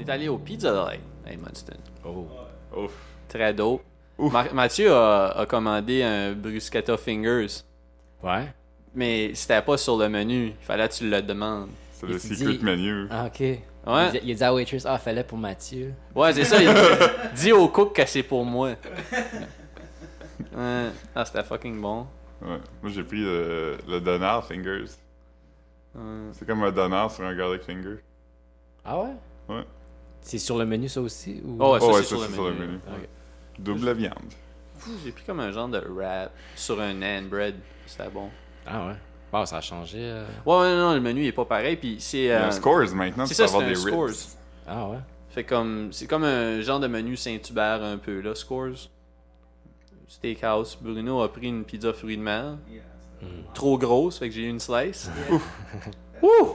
est allé au Pizza Hut à Edmundston. Oh. Ouf. Très dope. Ouf. Mathieu a commandé un bruschetta fingers, Ouais. mais c'était pas sur le menu. Il fallait que tu le demandes. C'est le Il te secret dit- menu. Ah, ok. Ouais. Il a dit à la waitress, fallait pour Mathieu. Ouais, c'est ça. Il dit au cook que c'est pour moi. Ouais. Ah, c'était fucking bon. Ouais. Moi, j'ai pris le Donar Fingers. Ouais. C'est comme un Donar sur un garlic finger. Ah ouais? Ouais. C'est sur le menu, ça aussi? Ou... Oh, ouais, ça, Oh, ouais, c'est ça, sur c'est le sur le menu. menu. Ok. Double viande. J'ai pris comme un genre de wrap sur un naan bread. C'était bon. Ah ouais? Wow, ça a changé. Ouais, non, le menu est pas pareil. Puis c'est. Il y a un Scores maintenant, c'est tu peux ça, avoir c'est des un ribs. Scores. Ah ouais? C'est comme un genre de menu Saint-Hubert un peu, là, Scores. Steakhouse. Bruno a pris une pizza fruits de mer. Trop grosse, fait que j'ai eu une slice. Ouh!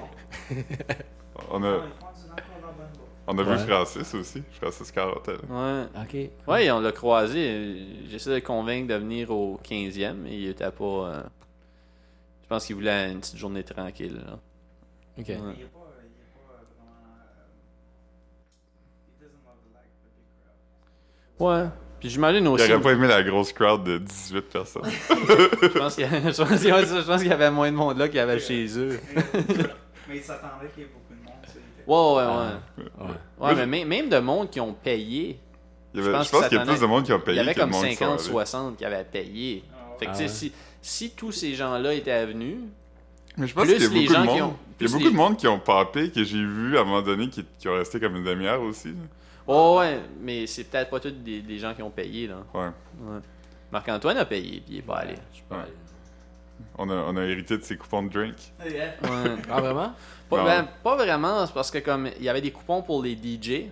On a vu Ouais. Francis aussi. Francis Carotel. Ouais. Ok. Ouais, on l'a croisé. J'essaie de le convaincre de venir au 15e, mais il était pas. Je pense qu'il voulait une petite journée tranquille, là. Ok. Ouais. Ouais. Puis j'imagine Il aussi. aurait pas aimé la grosse crowd de 18 personnes. Je pense je pense qu'il y avait moins de monde là qu'il y avait chez eux. Mais ils s'attendaient qu'il y ait beaucoup de monde. Ça, il était- Ouais. Ouais. Ouais, mais même de monde qui ont payé. Je pense que ça qu'il y a plus de monde qui ont Il y payé avait que de comme monde qui sont allés. 50-60 qui avaient payé. Fait que Ah tu sais, ouais. si tous ces gens-là étaient venus. Mais je pense Plus qu'il y a les beaucoup de gens qui monde. ont- Il y a plus beaucoup les- de monde qui ont popé que j'ai vu à un moment donné qui ont resté comme une demi-heure aussi. là. Oh, ouais, mais c'est peut-être pas tous des gens qui ont payé, là. Ouais. Ouais. Marc-Antoine a payé, puis il est pas allé. Ouais. On a hérité de ses coupons de drink. Ouais. Ah vraiment? Pas, Non. pas vraiment, c'est parce que comme il y avait des coupons pour les DJ.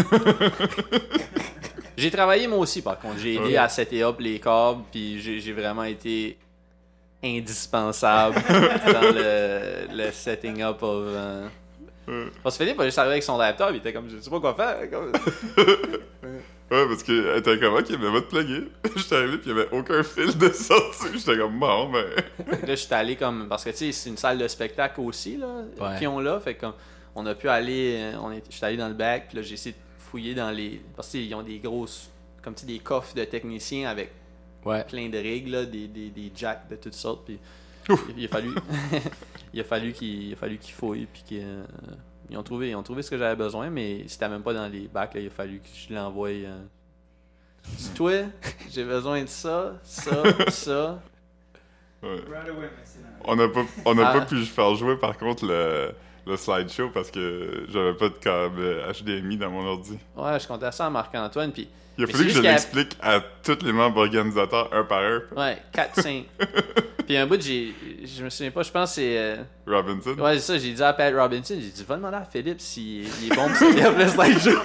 J'ai travaillé moi aussi par contre, j'ai aidé Ouais. à setter up les câbles puis j'ai vraiment été indispensable dans le setting up of parce que Philippe a juste arrivé avec son laptop, il était comme je sais pas quoi faire comme... Ouais, parce que était comme, ok, mais va te plugger. J'étais arrivé pis il y avait aucun fil de sortie. J'étais comme, bon, ben. Fait que là j'étais allé comme parce que tu sais c'est une salle de spectacle aussi là Ouais. qui ont là, fait comme on a pu aller j'étais allé dans le bac puis là j'ai essayé de fouiller dans les parce qu'ils ont des grosses comme tu sais des coffres de techniciens avec Ouais. plein de règles, là, des jacks de toutes sortes. Puis il a fallu, il a fallu qu'ils fouillent, puis ils ont trouvé ce que j'avais besoin, mais c'était même pas dans les bacs. Là, il a fallu que je l'envoie. Toi, j'ai besoin de ça. Ouais. Right away, mais c'est dans- On a Ah. pas pu faire jouer, par contre, le slideshow parce que j'avais pas de câble HDMI dans mon ordi. Ouais, je comptais ça à Marc-Antoine, puis Il a Mais fallu que c'est je juste l'explique à tous les membres organisateurs, un par un. ouais, 4-5. Puis un bout, je me souviens pas, je pense que c'est. Robinson. Ouais, c'est ça, j'ai dit à Pat Robinson, j'ai dit, va demander à Philippe s'il est bon pour ça, il a le slideshow.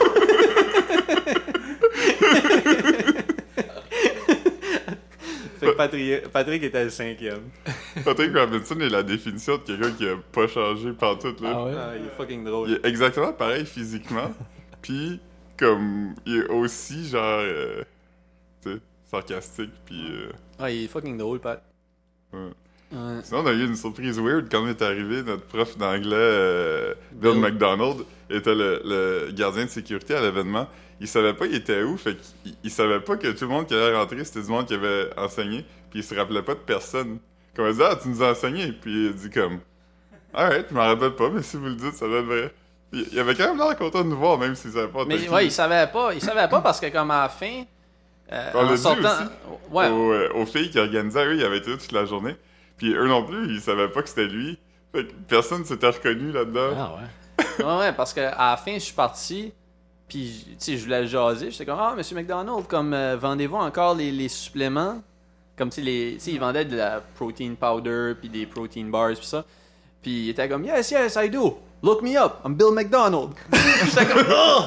Fait que Patrick était le 5e. Patrick Robinson est la définition de quelqu'un qui a pas changé pantoute, là. Ah ouais? Ah, il est fucking drôle. Il est exactement pareil physiquement, puis comme il est aussi genre tu sais, sarcastique, puis Ah, il est fucking drôle, Pat. ouais. Ouais. Sinon, on a eu une surprise weird quand on est arrivé. Notre prof d'anglais, Bill Bill. McDonald, était le gardien de sécurité à l'événement. Il savait pas il était où, fait qu'il savait pas que tout le monde qui allait rentrer, c'était du monde qui avait enseigné, puis il se rappelait pas de personne. Comme il dit, tu nous as enseigné, puis il dit comme, alright, je m'en rappelle pas, mais si vous le dites, ça doit être vrai. Puis il avait quand même l'air content de nous voir, même s'il savait pas. Mais ouais, il savait pas parce que comme à la fin, On l'a en dit sortant, aussi. ouais, Aux filles qui organisaient, eux, ils avaient été là toute la journée. Puis eux non plus, ils savaient pas que c'était lui. Fait que personne s'était reconnu là-dedans. Ah ouais. ouais, parce que à la fin, je suis parti, puis tu sais, je voulais le jaser, j'étais comme Monsieur McDonald, comme vendez-vous encore les suppléments, comme tu sais ils vendaient de la protein powder puis des protein bars puis ça, puis il était comme yes I do, look me up, I'm Bill McDonald. J'étais comme oh.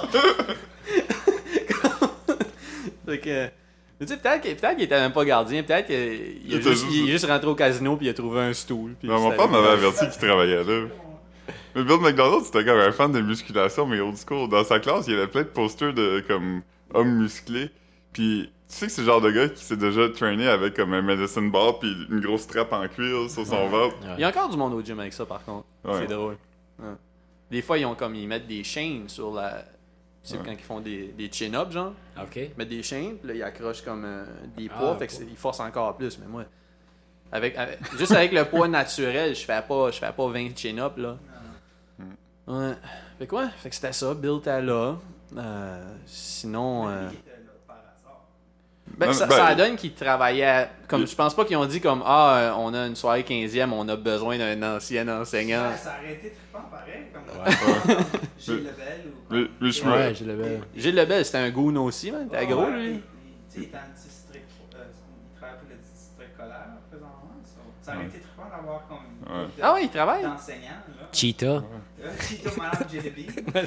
Fait que mais tu sais, peut-être qu'il était même pas gardien, peut-être qu'il Il était juste- il est juste rentré au casino puis il a trouvé un stool. Puis Non, mon c'était père m'avait allé- averti qu'il travaillait là. Mais Bill McDonald, c'était comme un fan de musculation, mais old school. Dans sa classe, il y avait plein de posters de comme hommes musclés. Puis tu sais que c'est le genre de gars qui s'est déjà traîné avec comme un medicine ball puis une grosse trappe en cuir sur son ventre. Il y a encore du monde au gym avec ça, par contre. Ouais. C'est drôle. Ouais. Des fois, ils mettent des chaînes C'est Ouais. quand ils font des chin-ups, genre. OK. Ils mettent des chaînes, puis là, ils accrochent comme des poids, fait que ils forcent encore plus. Mais moi, juste avec le poids naturel, je fais pas 20 chin-ups, là. Ouais. Fait que ouais, fait que c'était ça. Bill était là. Sinon... Il était là par hasard. Non, ça donne qu'ils travaillaient... Comme, je pense pas qu'ils ont dit comme « Ah, on a une soirée 15e, on a besoin d'un ancien enseignant. Ouais, ça aurait été trippant pareil. Comme Gilles Lebel ou quoi. Mais je Ouais, je l'avais. » Gilles Lebel, c'était un goon aussi, man. T'es gros, lui. Tu sais, il est dans le district. Il travaille pour le district scolaire présentement. Ça aurait été trippant d'avoir comme une Ouais. groupe Ah ouais, il travaille? d'enseignants. Là. Cheetah. Cheeto Malade JDB.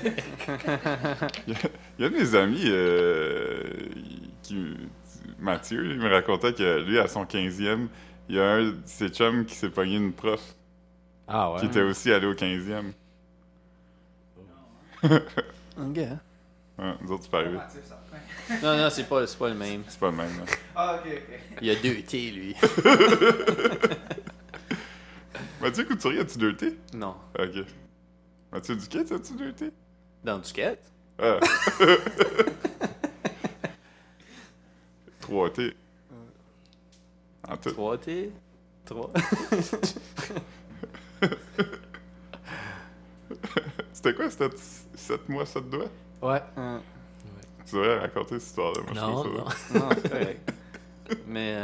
Il y a de mes amis Mathieu, il me racontait que lui, à son 15e, il y a un de ses chums qui s'est pogné une prof Ah ouais. qui était aussi allé au 15e. Ok. Ouais, nous autres, c'est pas arrivé. Formatif, certain. Non, c'est pas le même. C'est pas le même, là. Ah, ok. Il y a 2 T, lui. Mathieu Couturier, as-tu 2 T? Non. Ok. Mathieu Duquette, as-tu 2 T? Dans Duquette? Ah. 3 T. En tout. 3 T? 3? C'était quoi, c'était 7 mois, 7 doigts? Ouais. Tu devrais raconter cette histoire-là, moi, je Non, trouve non. ça. Non, c'est correct. Mais,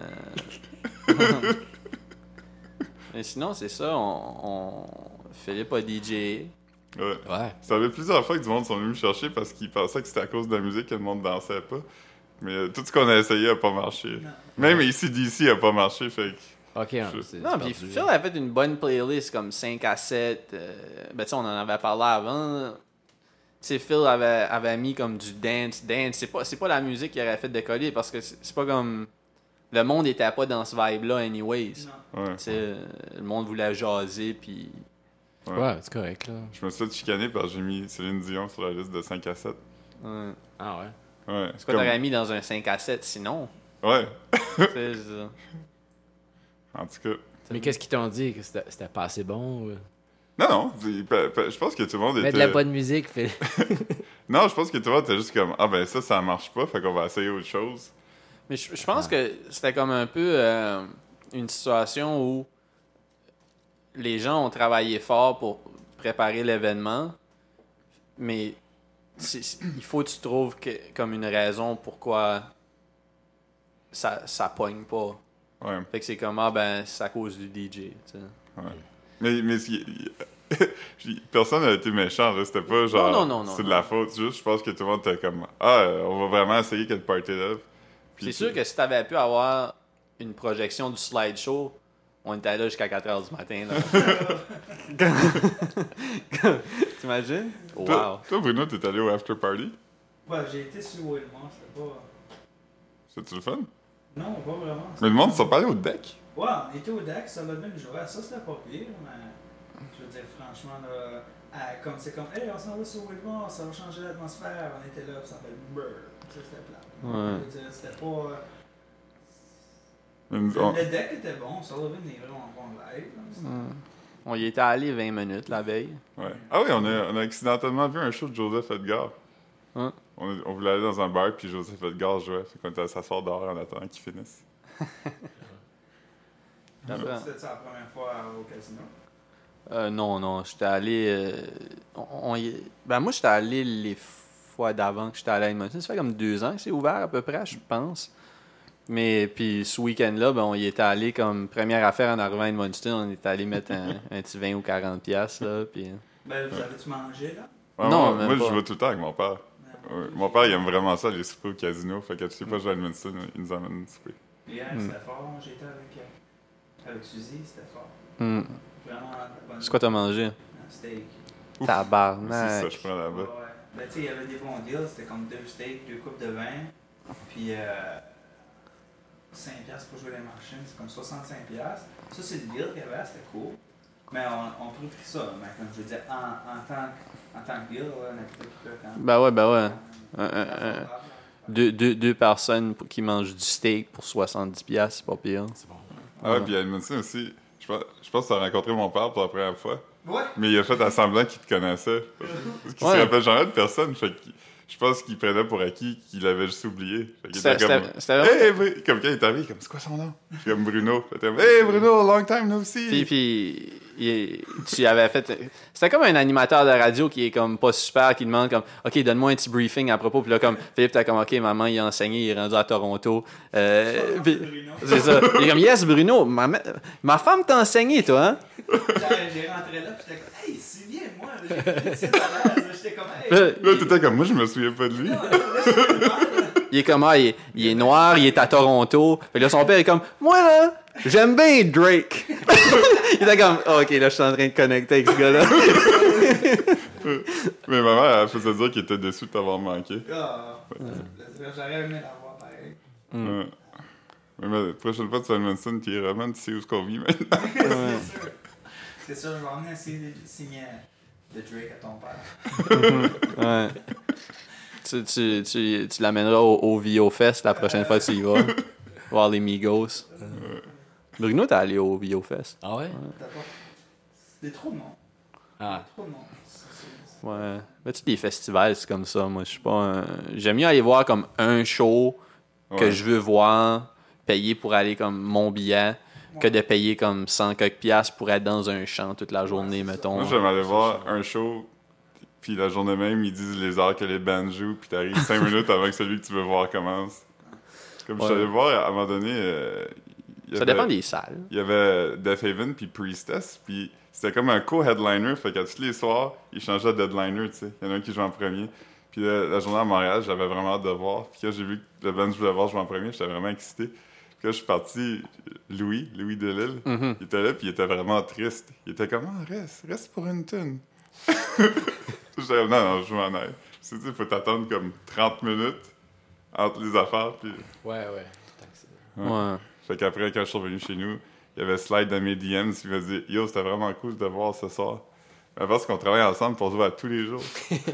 Mais sinon, c'est ça. Philippe a DJ. Ouais. Ouais. Ça avait plusieurs fois que du monde sont venus me chercher parce qu'ils pensaient que c'était à cause de la musique que le monde dansait pas. Mais tout ce qu'on a essayé a pas marché. Non. Même ici, d'ici, a pas marché, fait que... OK, c'est Non, puis perdu. Phil avait fait une bonne playlist comme 5 à 7. Ben, tu sais, on en avait parlé avant. Tu sais, Phil avait mis comme du dance. C'est pas la musique qui aurait fait décoller parce que c'est pas comme. Le monde était pas dans ce vibe-là, anyways. Non. Ouais. Tu sais, le monde voulait jaser, puis. Ouais, c'est correct, là. Je me suis fait chicaner parce que j'ai mis Céline Dion sur la liste de 5 à 7. Ouais. Ah ouais. Ouais. C'est quoi t'aurais mis dans un 5 à 7 sinon? Ouais. Tu sais, je- En tout cas... Mais qu'est-ce qu'ils t'ont dit? Que c'était pas assez bon? Ou... Non, non. Je pense que tout le monde était... Mais de la bonne musique, fait. Non, je pense que tout le monde était juste comme... Ah ben ça marche pas, fait qu'on va essayer autre chose. Mais je pense que c'était comme un peu une situation où les gens ont travaillé fort pour préparer l'événement, mais il faut que tu trouves comme une raison pourquoi ça pogne pas. Ouais. Fait que c'est comme, ah ben, c'est à cause du DJ. Tu sais. Ouais. Mais personne n'a été méchant, là. C'était pas genre... Non, c'est de la faute. Juste, je pense que tout le monde était comme... Ah, on va vraiment essayer quel party là. Puis C'est sûr que si t'avais pu avoir une projection du slideshow, on était là jusqu'à 4h du matin. Là. T'imagines? Toi, Wow. Bruno, t'es allé au after party? Ouais, j'ai été sur Wilmont, c'était pas. C'était-tu le fun? Non, pas vraiment. Mais le monde, ils sont pas allés au deck? Ouais, on était au deck, Sullivan jouait. Ça, c'était pas pire, mais je veux dire, franchement, là, comme c'est comme, hey, on s'en va sur Wilmont, ça va changer l'atmosphère. On était là, puis ça fait brrr. Ça, c'était plat. Ouais. Je veux dire, c'était pas. Une- on- Le deck était bon, Sullivan est vraiment bon live. Là, On y était allé 20 minutes la veille. Ouais. Ah oui, on a accidentellement vu un show de Joseph Edgar. Hein? On voulait aller dans un bar, puis Joseph Edgar jouait. Fait qu'on était à s'asseoir dehors en attendant qu'il finisse. Après- C'était ça la première fois au casino. Non, j'étais allé. Ben, moi, j'étais allé les fois d'avant que j'étais allé à Edmonton. Ça fait comme 2 ans que c'est ouvert à peu près, je pense. Mais puis ce week-end-là, ben, on y était allé comme première affaire en arrivant à Edmonton. On était allé mettre un petit 20 ou 40 piastres, là. Puis... Ben, vous avez-tu mangé, là? Ouais, Non, moi, même je pas. vais tout le temps avec mon père. Ouais. Mon père, il aime vraiment ça, les soupers au casino. Fait que tu sais pas, je vais à Edmonton, il nous emmène souper. Hier, c'était fort. J'étais avec Suzy, c'était fort. Hmm. Vraiment bonne. C'est quoi t'as mangé? Un steak. C'est Tabarnak. ça, je prends là-bas. Ouais. Ben, tu sais, il y avait des bons deals. C'était comme 2 steaks, 2 coupes de vin. Puis 5$ pour jouer les machines. C'est comme 65$. Ça, c'est le deal qu'il y avait. C'était cool. Mais on trouve ça. Mais comme je veux dire, en tant que deal, on a tout fait quand même. Ben ouais. Deux personnes qui mangent du steak pour 70 piastres, c'est pas pire. C'est bon. Ah ouais, puis à Edmonton aussi, je pense que tu as rencontré mon père pour la première fois. Ouais. Mais il a fait à semblant qu'il te connaissait. Parce qu'il Ouais. se rappelle jamais de personne. Fait que je pense qu'il prenait pour acquis qu'il avait juste oublié. Fait qu'il était C'était comme... vraiment- Hey, comme quand il est arrivé, comme, c'est quoi son nom? Je suis comme Bruno. Fait comme, hey Bruno, long time no see. Puis tu avais fait. C'était comme un animateur de radio qui est comme pas super, qui demande comme, OK, donne-moi un petit briefing à propos. Puis là, comme, Philippe, t'as comme, OK, maman, il a enseigné, il est rendu à Toronto. Puis- Bruno. c'est ça. Il est comme, yes, Bruno, ma femme t'a enseigné, toi, hein? J'ai rentré là, puis j'étais comme, hey, c'est bien, moi. J'ai fait tout à l'heure. J'étais comme, hey. Là, Là, t'étais comme, moi, je me souviens pas de lui. il est comme, il est noir, il est à Toronto. Puis là, son père est comme, moi, là, j'aime bien Drake. Il était comme, oh, OK, là, je suis en train de connecter avec ce gars-là. Mais maman, elle faisait dire qu'il était déçu de t'avoir manqué. Ah, j'aurais aimé l'avoir pareil. Ouais. Mais la prochaine fois, tu vas le Manson qui est Roman, tu sais où ce qu'on vit maintenant. C'est sûr. C'est sûr, je vais emmener essayer de signer de Drake à ton père. Ouais. Tu l'amèneras au VO Fest la prochaine fois que tu y vas. Voir les Migos. Bruno, t'es allé au VO Fest. Ah ouais? T'as pas. C'est trop de monde. Ah. Trop de monde. Ouais. Mais tu sais, des festivals, c'est comme ça. Moi, je suis pas un... J'aime mieux aller voir comme un show que Ouais. je veux voir, payer pour aller comme mon billet, que de payer comme 100 quelques piastres pour être dans un champ toute la journée, mettons. Moi, j'aime aller voir un show, puis la journée même, ils disent les heures que les bands jouent, puis t'arrives 5 minutes avant que celui que tu veux voir commence. Comme je suis allé voir, à un moment donné... il y Ça avait- dépend des salles. Il y avait Death Haven puis Priestess, puis c'était comme un co-headliner, fait qu'à tous les soirs, ils changeaient de headliner, tu sais. Il y en a un qui jouait en premier. Puis la journée à Montréal, j'avais vraiment hâte de voir. Puis quand j'ai vu que le band que je voulais voir jouer en premier, j'étais vraiment excité. Puis là, je suis parti, Louis Delisle, Mhm. il était là, puis il était vraiment triste. Il était comme, ah, reste pour une tune. J'étais non, je m'en aille. Je me suis dit, il faut t'attendre comme 30 minutes entre les affaires, puis... Ouais. Ouais. Fait qu'après, quand je suis revenu chez nous, il y avait Slide dans mes DMs qui m'a dit « Yo, c'était vraiment cool de te voir ce soir. » Mais parce qu'on travaille ensemble pour jouer à tous les jours.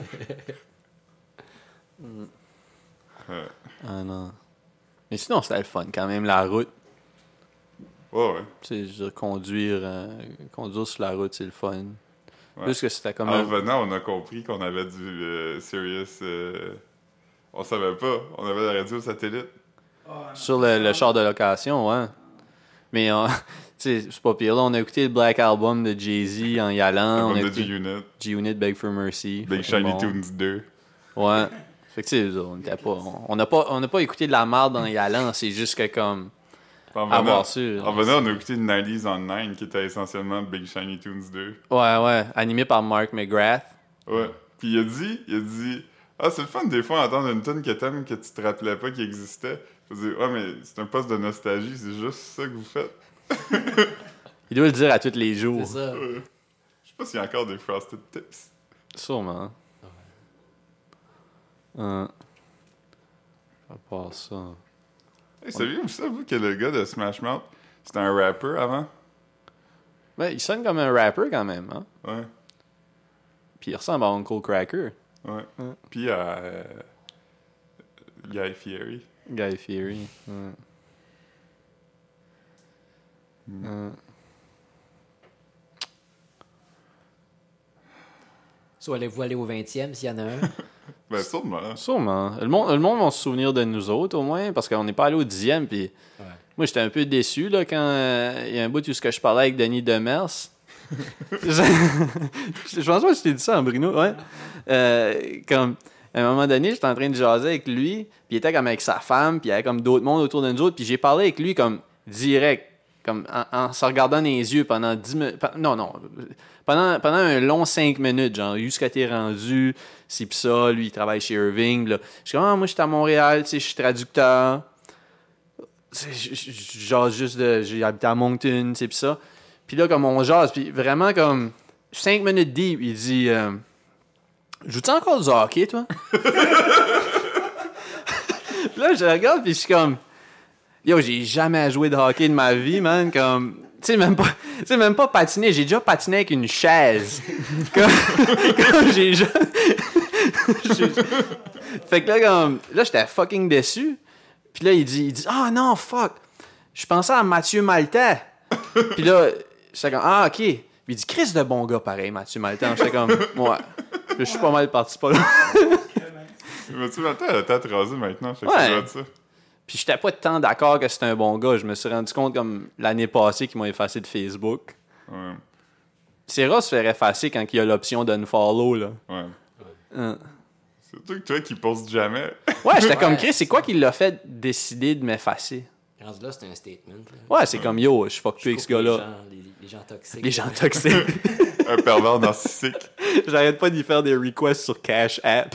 Ah non. Mais sinon, c'était le fun quand même, la route. Ouais, ouais. Tu sais, je veux dire, conduire sur la route, c'est le fun. Ouais. Plus que c'était comme En un... revenant, on a compris qu'on avait du Sirius... On savait pas. On avait la radio satellite. Sur le char de location, ouais. Mais, tu sais, c'est pas pire. Là, on a écouté le Black Album de Jay-Z en y allant. On a Comme de écouté G-Unit. G-Unit, Beg for Mercy. Big Fucking Shiny bon. Tunes 2. Ouais. Fait que, tu sais, on était pas... On n'a pas écouté de la merde en y allant. C'est juste que, comme... En Avoir su. En venant, on a écouté 90s on 9 qui était essentiellement Big Shiny Tunes 2. Ouais. Animé par Mark McGrath. Ouais. Puis il a dit, ah, c'est le fun des fois d'entendre une tune que t'aimes que tu te rappelais pas qu'il existait. Je dis, ouais, mais c'est un poste de nostalgie, c'est juste ça que vous faites. Il doit le dire à tous les jours. C'est ça. Je sais pas s'il y a encore des Frosted Tips. Sûrement. À part ça... Hey, saviez-vous ça, vous, que le gars de Smash Mouth, c'était un rapper avant? Ben, il sonne comme un rapper quand même, hein? Ouais. Puis il ressemble à Uncle Cracker. Ouais. Puis à Guy Fieri. Guy Fieri. Ouais. Soit allez-vous aller au 20e s'il y en a un? Ben, sûrement. Sûrement. Le monde va se souvenir de nous autres, au moins, parce qu'on n'est pas allé au 10e. Puis moi, j'étais un peu déçu là, quand il y a un bout où je parlais avec Denis Demers. Je pense pas que je t'ai dit ça en Bruno. Ouais. Comme, à un moment donné, j'étais en train de jaser avec lui, puis il était comme avec sa femme, puis il y avait comme d'autres mondes autour de nous autres, puis j'ai parlé avec lui comme direct, comme en se regardant dans les yeux pendant 10 minutes. Non. Pendant un long 5 minutes, genre, jusqu'à t'es rendu, c'est pis ça, lui, il travaille chez Irving. Là. Je suis comme, moi, je suis à Montréal, tu sais, je suis traducteur. Genre, j'ai habité à Moncton, tu sais, pis ça. Puis là, comme on jase, puis vraiment, comme 5 minutes deep, il dit, joues-tu encore du hockey, toi? Puis là, je regarde, puis je suis comme, yo, j'ai jamais joué de hockey de ma vie, man, comme... Tu sais, même pas patiner. J'ai déjà patiné avec une chaise. comme j'ai déjà... Fait que là, comme... Là, j'étais fucking déçu. Puis là, il dit, ah non, fuck. Je pensais à Mathieu Maltais. Puis là, j'étais comme, ah, OK. Puis il dit, Chris de bon gars, pareil, Mathieu Maltan. J'étais comme, ouais. Puis je suis pas mal parti pas là. Mathieu Maltan a la tête rasée maintenant, fait que Ouais. ça doit être ça. Puis j'étais pas tant d'accord que c'était un bon gars. Je me suis rendu compte, comme l'année passée, qu'ils m'ont effacé de Facebook. Ouais, C'est rare se faire effacer quand il y a l'option d'unfollow, là. ouais. Hein. Surtout que toi qui postes jamais. Ouais, j'étais comme, Ouais. Chris, c'est quoi qui l'a fait décider de m'effacer? Rendu là, c'est un statement. Là. Ouais, c'est comme, yo, je fuck plus avec ce gars-là. Les gens toxiques. Les gens toxiques. Un pervers narcissique. J'arrête pas d'y faire des requests sur Cash App.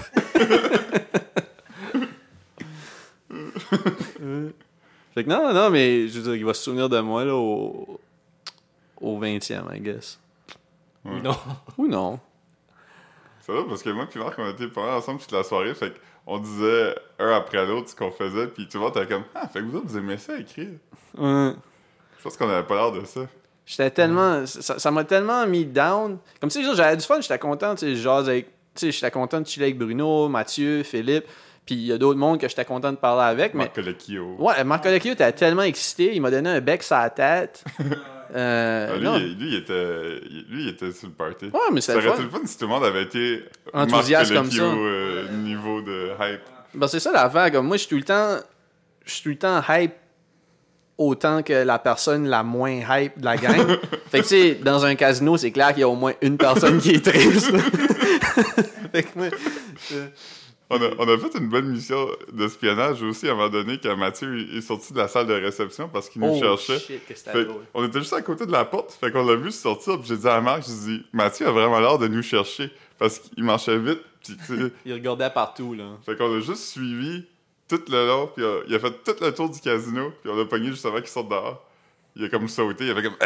Fait que non, mais je veux dire, il va se souvenir de moi là au 20e, I guess. Ou non. Ou non. C'est vrai, parce que moi et Marc, on était pendant ensemble toute la soirée, fait qu'on disait un après l'autre ce qu'on faisait, puis tout le monde était comme « Ah, fait que vous autres, vous aimez ça, écrire? Ouais. » Je pense qu'on avait pas l'air de ça. J'étais tellement. Ça m'a tellement mis down. Comme tu sais, j'avais du fun, j'étais content, tu sais, jase avec. Tu sais, j'étais content de chiller avec Bruno, Mathieu, Philippe. Puis il y a d'autres mondes que j'étais content de parler avec. Mais Marc Colecchio. ouais, Marc Colecchio était tellement excité, il m'a donné un bec sur la tête. Non. Lui, il était sur le party. Ouais, mais Ça c'était aurait le été fun. le fun si tout le monde avait été Enthousiaste Marc comme ça. Colecchio, niveau de hype. Ben, c'est ça l'affaire. Comme moi, je suis tout le temps hype autant que la personne la moins hype de la gang. Fait que tu sais, dans un casino, c'est clair qu'il y a au moins une personne qui est triste. Fait que moi, On a fait une bonne mission d'espionnage aussi à un moment donné quand Mathieu est sorti de la salle de réception parce qu'il nous cherchait. Shit, que c'était Fait drôle. on était juste à côté de la porte, fait qu'on l'a vu sortir, puis j'ai dit à Marc, j'ai dit Mathieu a vraiment l'air de nous chercher parce qu'il marchait vite, puis tu sais, Il regardait partout, là. fait qu'on a juste suivi tout le long, puis il a fait tout le tour du casino, puis on l'a pogné juste avant qu'il sorte dehors. Il a comme sauté, il avait comme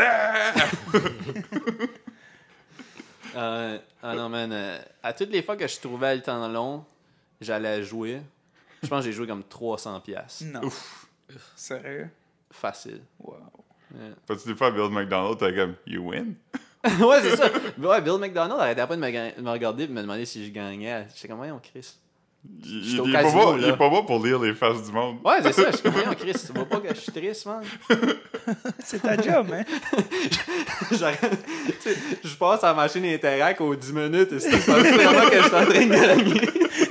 Ah non, man. À toutes les fois que je trouvais le temps long, j'allais jouer. Je pense que j'ai joué comme 300$. Non. Sérieux? Facile. Wow. Parce que des fois, Bill McDonald, t'es comme You win? Ouais, c'est ça. Ouais, Bill McDonald arrêtait pas de me regarder et me demander si je gagnais. J'étais comme, voyons, Chris. J'étais au Il casino, là. est pas bon pour lire les faces du monde. Ouais, c'est ça. Je suis comme, voyons, Chris, tu vois pas que je suis triste, man? C'est ta job, hein? J'arrête- tu sais, je passe à la machine Interact aux 10 minutes et c'est vraiment que je suis en train de gagner.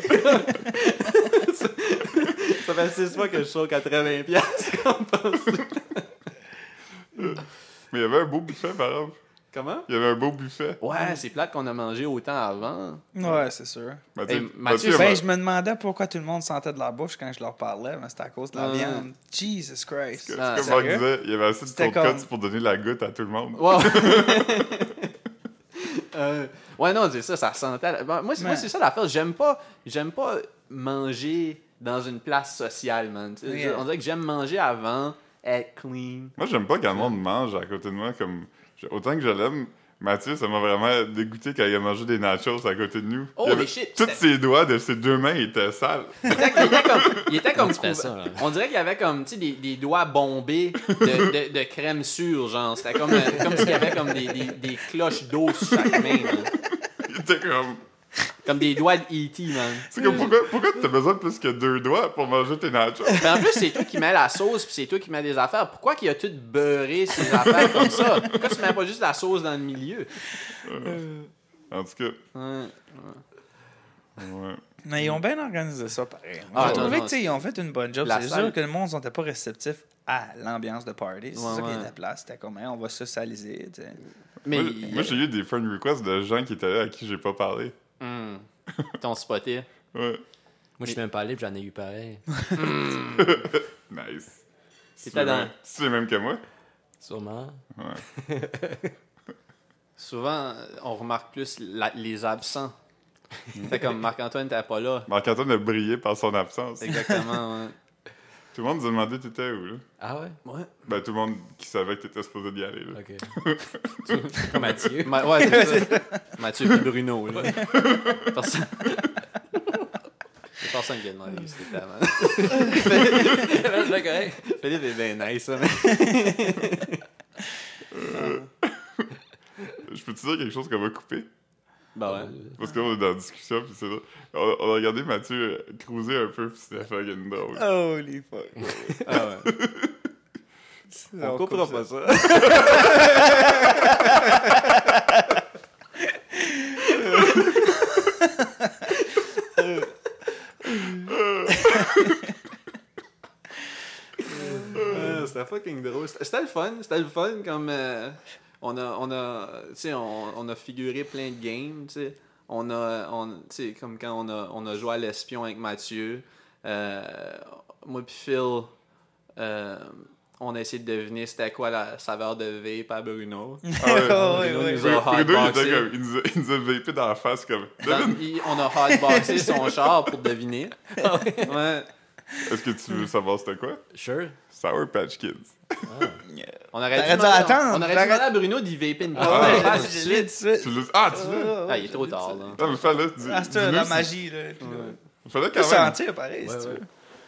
Ça fait 6 fois que je suis au 80$. Comme penses-tu? Mais il y avait un beau buffet, par exemple. Comment? Il y avait un beau buffet. Ouais, c'est plate qu'on a mangé autant avant. Ouais, c'est sûr. Hey, Mathieu, Ben, je me demandais pourquoi tout le monde sentait de la bouche quand je leur parlais, mais c'était à cause de la Ouais. viande. Jesus Christ. C'est Ah, comme Marc sérieux? disait, il y avait assez de C'était cold comme- cuts pour donner la goutte à tout le monde. Ouais. Ouais, non, c'est ça, ça sentait. Moi, Mais- c'est ça l'affaire. J'aime pas manger dans une place sociale, man. Tu sais, Yeah. On dirait que j'aime manger avant, être clean. Moi, j'aime pas quand le monde mange à côté de moi. Comme autant que je l'aime, Mathieu, ça m'a vraiment dégoûté quand il a mangé des nachos à côté de nous. Oh, Il avait- les shit, Tous c'était- ses doigts de ses deux mains étaient sales. Il était comme Tu fais ça, là. on dirait qu'il y avait comme, tu sais, des doigts bombés de crème sûre, genre. C'était comme s'il y avait comme des cloches d'eau sur chaque main, man. Il était comme... Comme des doigts de E.T., man. C'est comme, pourquoi t'as besoin de plus que deux doigts pour manger tes nachos? Mais en plus, c'est toi qui mets la sauce, puis c'est toi qui mets des affaires. Pourquoi qu'il a tout beurré ces affaires comme ça? Pourquoi tu mets pas juste la sauce dans le milieu? En tout cas, Ouais. ouais. Mais ils ont bien organisé ça, pareil. Ah, J'ai non, trouvé non, que, tu sais, ils ont fait une bonne job. La C'est salle- sûr que le monde n'était pas réceptif à l'ambiance de party. C'est Ouais, ça qui ouais. était place. C'était comme, hein, on va socialiser, tu sais. Mais Moi, j'ai eu des friend requests de gens qui étaient là à qui j'ai pas parlé. Ton spoté. Ouais. Moi, je suis même pas allé, puis j'en ai eu pareil. Nice. C'était dans- C'est le même que moi? Sûrement. Ouais. Souvent, on remarque plus les absents. C'est comme Marc-Antoine n'était pas là. Marc-Antoine a brillé par son absence. Exactement, ouais. Tout le monde nous a demandé t'étais où, là? Ah ouais? Ouais. Ben, tout le monde qui savait que t'étais supposé d'y aller, là. Ok. Comme Mathieu. Ouais, c'est ça. Mathieu et Bruno, là. Personne... C'est personne qui a demandé où c'était avant. Philippe, correct. Philippe est bien nice, ça, mais... Je peux te dire quelque chose qu'on va couper? Bah ouais. Parce qu'on est dans la discussion, puis c'est là. On a regardé Mathieu cruiser un peu, puis c'était fucking drôle. Holy fuck. Ah ouais. On coupera pas ça. C'était fucking drôle. C'était le fun. C'était le fun comme on a figuré plein de games, tu sais. Tu sais, comme quand on a joué à l'espion avec Mathieu. Moi puis Phil, on a essayé de deviner c'était quoi la saveur de vape à Bruno. Bruno nous a hotboxé. Il nous a vapé dans la face comme. On a hotboxé son char pour deviner. Ouais. Est-ce que tu veux savoir c'était quoi? Sure. Sour Patch Kids. On aurait dû attendre. On aurait dû demander à Bruno d'y vaper une Ah, fois. ouais. Je l'ai tout de suite. Tu l'as. Ah, il est trop tard, là. Non, mais fallait. Ah, c'est la magie, là. Fallait Tu peux quand même. sentir pareil, si tu veux.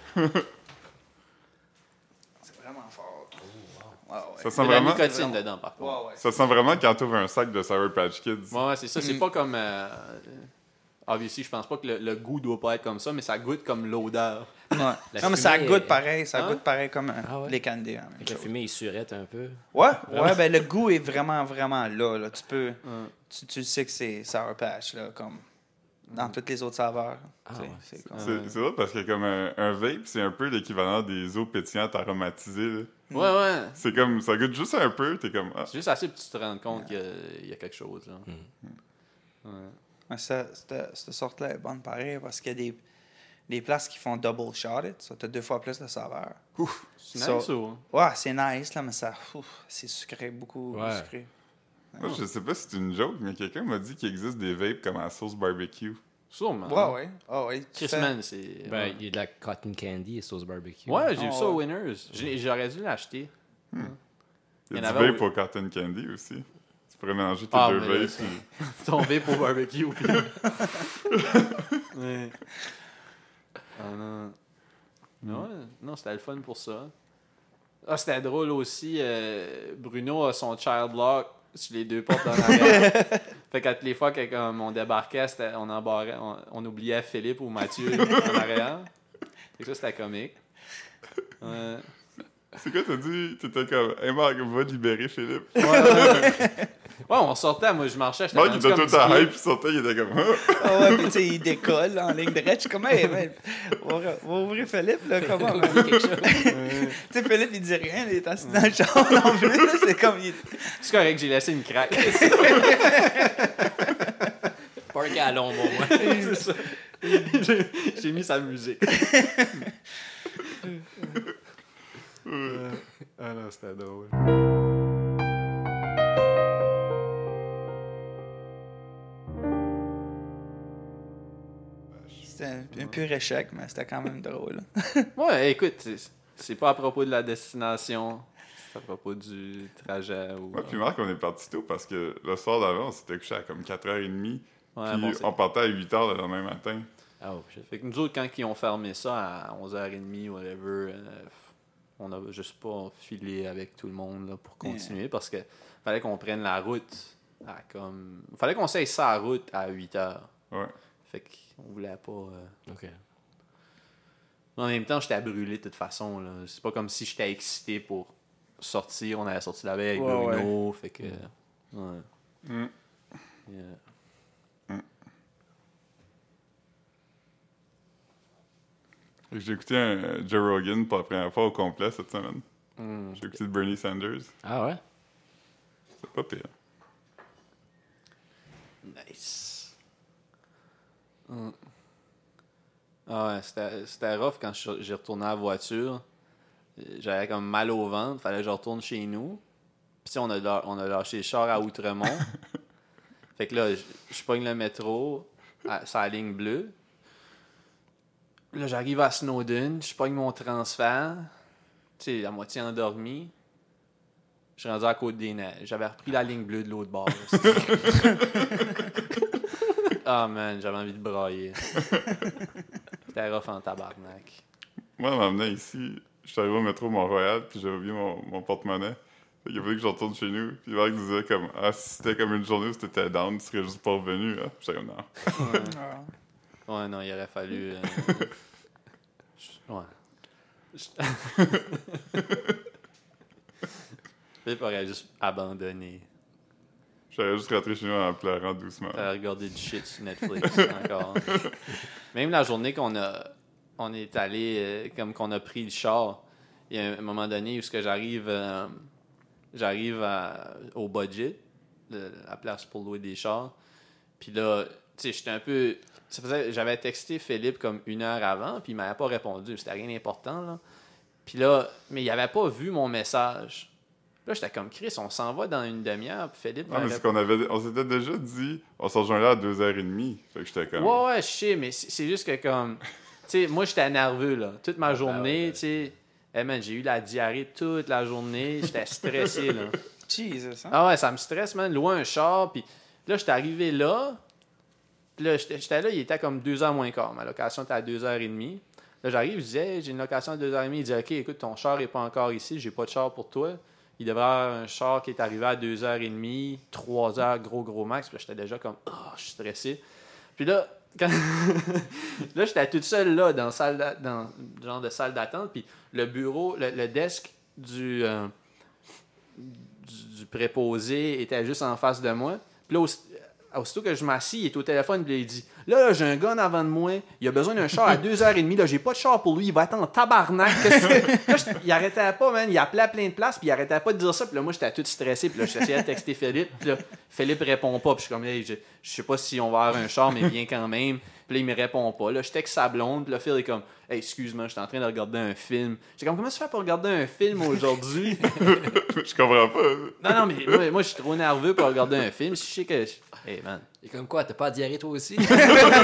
C'est vraiment fort. Ouais, ouais. Ça Il sent y a de la vraiment. nicotine dedans, par contre. Ouais, ouais. Ça sent vraiment quand t'ouvres un sac de Sour Patch Kids. Ouais, c'est ça. C'est pas comme... obviously, je pense pas que le goût doit pas être comme ça, mais ça goûte comme l'odeur. Ouais. La Non, mais ça fumée goûte est- pareil. Ça Hein? goûte pareil comme Ah ouais? les candies. Avec la fumée, il surette un peu. Ouais, ben le goût est vraiment, vraiment là. Tu peux... Tu sais que c'est Sour Patch, là, comme dans toutes les autres saveurs. Ah Tu sais, ouais. c'est comme... C'est drôle parce que comme un vape, c'est un peu l'équivalent des eaux pétillantes aromatisées. Là. Ouais, ouais. C'est comme, ça goûte juste un peu, t'es comme, ah, C'est juste assez pour que tu te rendes compte qu'il y a quelque chose, là. Ouais. Mais cette sorte-là est bonne pareil parce qu'il y a des places qui font double shot it. Ça, t'as 2 fois plus de saveur. C'est Ça- nice, ou? Ouais, c'est nice, là, mais ça... c'est sucré, beaucoup Ouais. sucré. moi je sais pas si c'est une joke, mais quelqu'un m'a dit qu'il existe des vapes comme à la sauce barbecue. Sûrement. Ouais, ouais. Ah, ouais. Chris Man, c'est... Ben, il y a de la cotton candy et sauce barbecue. Ouais, j'ai vu ça ouais. au Winners. J'aurais dû l'acheter. Il y Il y a en du avait vape au cotton candy aussi. Tu pourrais mélanger tes Ah, deux mais là, vapes. c'est tombé pour barbecue. Puis... ouais. Ah non. Ouais, non, c'était le fun pour ça. Ah, c'était drôle aussi. Bruno a son child lock sur les 2 portes en arrière. Fait qu'à toutes les fois que comme, on débarquait, on embarrait, on oubliait Philippe ou Mathieu en arrière. Fait que ça, c'était comique. Ouais. C'est quoi, t'as dit? T'étais comme, hey Marc, va libérer Philippe. Ouais, on sortait, moi je marchais, j'étais Marc, il rendu était comme tout à 10 pieds. hype, il sortait, il était comme, ah! Ah ouais, puis tu sais, il décolle en ligne droite. Je suis comme, hey, man, va ouvrir Philippe, là, comment? man? Tu sais, Philippe, il dit rien, il est assis dans le char non plus. là, C'est comme, C'est correct, j'ai laissé une craque. Parker à l'ombre, au moins. C'est ça. J'ai mis sa musique. Ah non, c'était drôle. c'était un pur échec, mais c'était quand même drôle. Ouais, écoute, c'est pas à propos de la destination, c'est à propos du trajet. Ou... Ouais, puis Marc, on est parti tôt parce que le soir d'avant, on s'était couché à comme 4h30. Ouais, Puis bon, c'est- on partait à 8h le lendemain matin. Oh, shit. Fait que nous autres, quand ils ont fermé ça à 11h30, whatever, on a juste pas filé avec tout le monde là, pour continuer parce que fallait qu'on prenne la route à comme. Fallait qu'on s'aille ça à route à 8h. Ouais. Fait qu'on voulait pas. OK. En même temps, j'étais brûlé de toute façon. Là. C'est pas comme si j'étais excité pour sortir. On avait sorti la veille avec Ouais, Bruno. Fait que. Ouais. Mm. Yeah. J'ai écouté un Joe Rogan pour la première fois au complet cette semaine. Mm. J'ai écouté de Bernie Sanders. Ah ouais? C'est pas pire. Nice. Mm. Ah ouais, c'était rough quand j'ai retourné à la voiture. J'avais comme mal au ventre. Fallait que je retourne chez nous. Puis on a lâché le char à Outremont. Fait que là, je pogne le métro sur la ligne bleue. Là, j'arrive à Snowden. Je pogne mon transfert. Tu sais, à moitié endormi. Je suis rendu à Côte-des-Neiges. J'avais repris la ligne bleue de l'autre bord. Ah man, j'avais envie de brailler. C'était rough en tabarnak. Moi, on m'amenait ici. Je suis arrivé au métro Mont-Royal, puis j'ai oublié mon porte-monnaie. Fait qu'il a fallu que je retourne chez nous. Puis Marc disait comme, ah, si c'était comme une journée où t'étais down, tu serais juste pas revenu. Hein? J'étais comme, non. Ouais, non, il aurait fallu. Ouais. Philippe aurait juste abandonné. J'aurais juste rentré chez nous en pleurant doucement. T'as regardé du shit sur Netflix encore. Même la journée on est allé, comme qu'on a pris le char, il y a un moment donné où ce que j'arrive au budget, la place pour louer des chars. Puis là, tu sais, j'étais un peu... J'avais texté Philippe comme 1 heure avant, puis il m'avait pas répondu. C'était rien d'important, là. Puis là, mais il avait pas vu mon message. Là, j'étais comme Chris, on s'en va dans une demi-heure, puis Philippe... Non, mais c'est on s'était déjà dit, on se rejoint là à 2h30. Fait que j'étais comme... Ouais, je sais, mais c'est juste que comme... Tu sais, moi, j'étais nerveux, là. Toute ma journée, tu sais... Hey man, j'ai eu la diarrhée toute la journée. J'étais stressé, là. Jesus, hein? Ah ouais, ça me stresse, man. Louer un char, puis là, j'étais arrivé là. Puis là, j'étais là, il était comme 2h moins quart. Ma location était à 2h30. Là, j'arrive, je disais, hey, j'ai une location à 2h30. Il dit, OK, écoute, ton char n'est pas encore ici. J'ai pas de char pour toi. Il devrait avoir un char qui est arrivé à 2h30, 3h, gros max. Puis là, j'étais déjà comme, je suis stressé. Puis là, là, j'étais toute seule là, dans le genre de salle d'attente. Puis le bureau, le desk du préposé était juste en face de moi. Puis là, aussitôt que je m'assis, il est au téléphone, puis il dit là, j'ai un gars en avant de moi, il a besoin d'un char à 2h30, là, j'ai pas de char pour lui, il va être en tabarnak. Là, il arrêtait pas, man, il appelait à plein de places, puis il arrêtait pas de dire ça, puis là, moi, j'étais tout stressé, puis là, j'essayais de texter Philippe, puis là, Philippe répond pas, puis je suis comme, hey, je sais pas si on va avoir un char, mais viens quand même. Puis là, il me répond pas. Là, je texte sa blonde, puis là, Phil est comme, hey, excuse-moi, je suis en train de regarder un film. J'étais comme, comment tu fais pour regarder un film aujourd'hui? Je comprends pas. Non, mais moi, je suis trop nerveux pour regarder un film. Si je sais que. Hey, man. Et comme quoi, t'as pas de diarrhée toi aussi? J'ai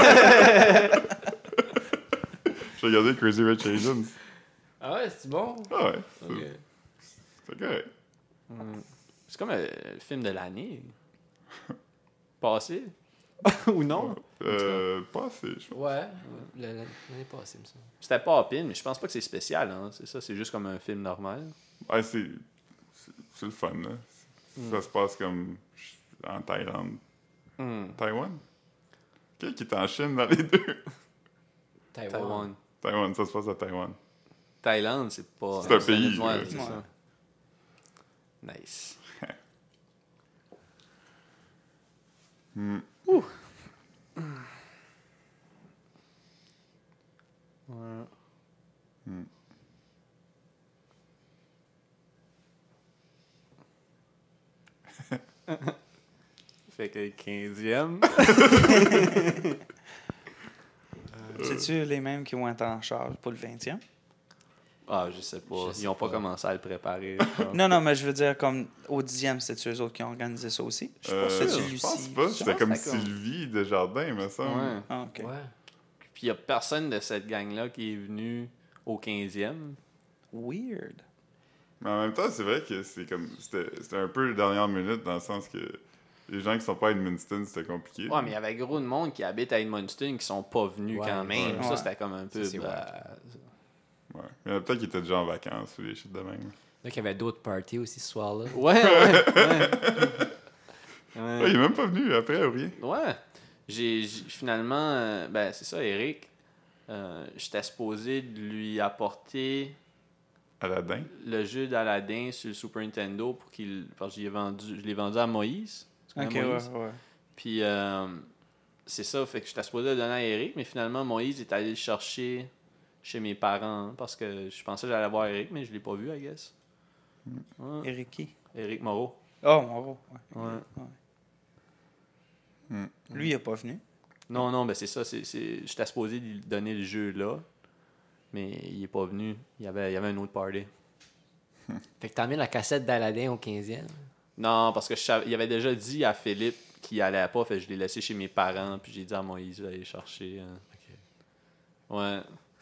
regardé Crazy Rich Asians. Ah ouais, c'est bon? Ah ouais, Ok. c'est correct. C'est comme le film de l'année. Passé. Ou non? Pas assez, je pense. Ouais, l'année passée, me semble. C'était pas pire, mais je pense pas que c'est spécial. Hein. C'est ça, c'est juste comme un film normal. Ouais, c'est le fun, là. Ça se passe comme en Thaïlande. Taïwan? Qui est en Chine dans les deux? Taïwan. Taïwan, ça se passe à Taïwan. Thaïlande, c'est pas. C'est un pays, Ouais, là. c'est Ouais. ça. Nice. Ouh. Ouais. Fait que le 15e. C'est-tu les mêmes qui vont être en charge pour le 20e? Ah, je sais pas. Je sais Ils ont pas pas. commencé à le préparer. Non, mais je veux dire, comme au 10e, c'est-tu eux autres qui ont organisé ça aussi? Je sais pas, c'est-tu Je Lucie? pense pas. Je C'était pense comme que c'était comme- Sylvie Desjardins, me semble. Ouais. Ah, ok. Ouais. Puis il y a personne de cette gang-là qui est venu au 15e. Weird. Mais en même temps, c'est vrai que c'était un peu les dernières minutes dans le sens que les gens qui sont pas à Edmundston, c'était compliqué. Ouais, mais il y avait gros de monde qui habite à Edmundston qui sont pas venus Ouais, quand même. ouais. Ça, c'était comme un peu. Ça, c'est Ouais. Il y en a peut-être qui étaient déjà en vacances ou des shit de même. Donc, il y avait d'autres parties aussi ce soir-là. Ouais. Ouais, il est même pas venu après ou rien. Ouais. J'ai finalement. Ben, c'est ça, Eric. J'étais supposé de lui apporter Aladdin. le jeu d'Aladdin sur le Super Nintendo pour qu'il. Parce que je l'ai vendu à Moïse. Tu connais Ok, Moïse? ouais. Puis c'est ça, fait que j'étais supposé le donner à Eric, mais finalement Moïse est allé le chercher chez mes parents hein, parce que je pensais que j'allais voir Eric, mais je l'ai pas vu, I guess. Ouais. Eric qui? Eric Moreau. Oh, bravo. Ouais. Lui, il est pas venu. Non, ben c'est ça. J'étais supposé lui donner le jeu là, mais il est pas venu. Il y avait un autre party. Fait que t'as mis la cassette d'Aladin au 15e. Non, parce que il avait déjà dit à Philippe qu'il allait pas, fait que je l'ai laissé chez mes parents, puis j'ai dit à Moïse d'aller le chercher. Ouais.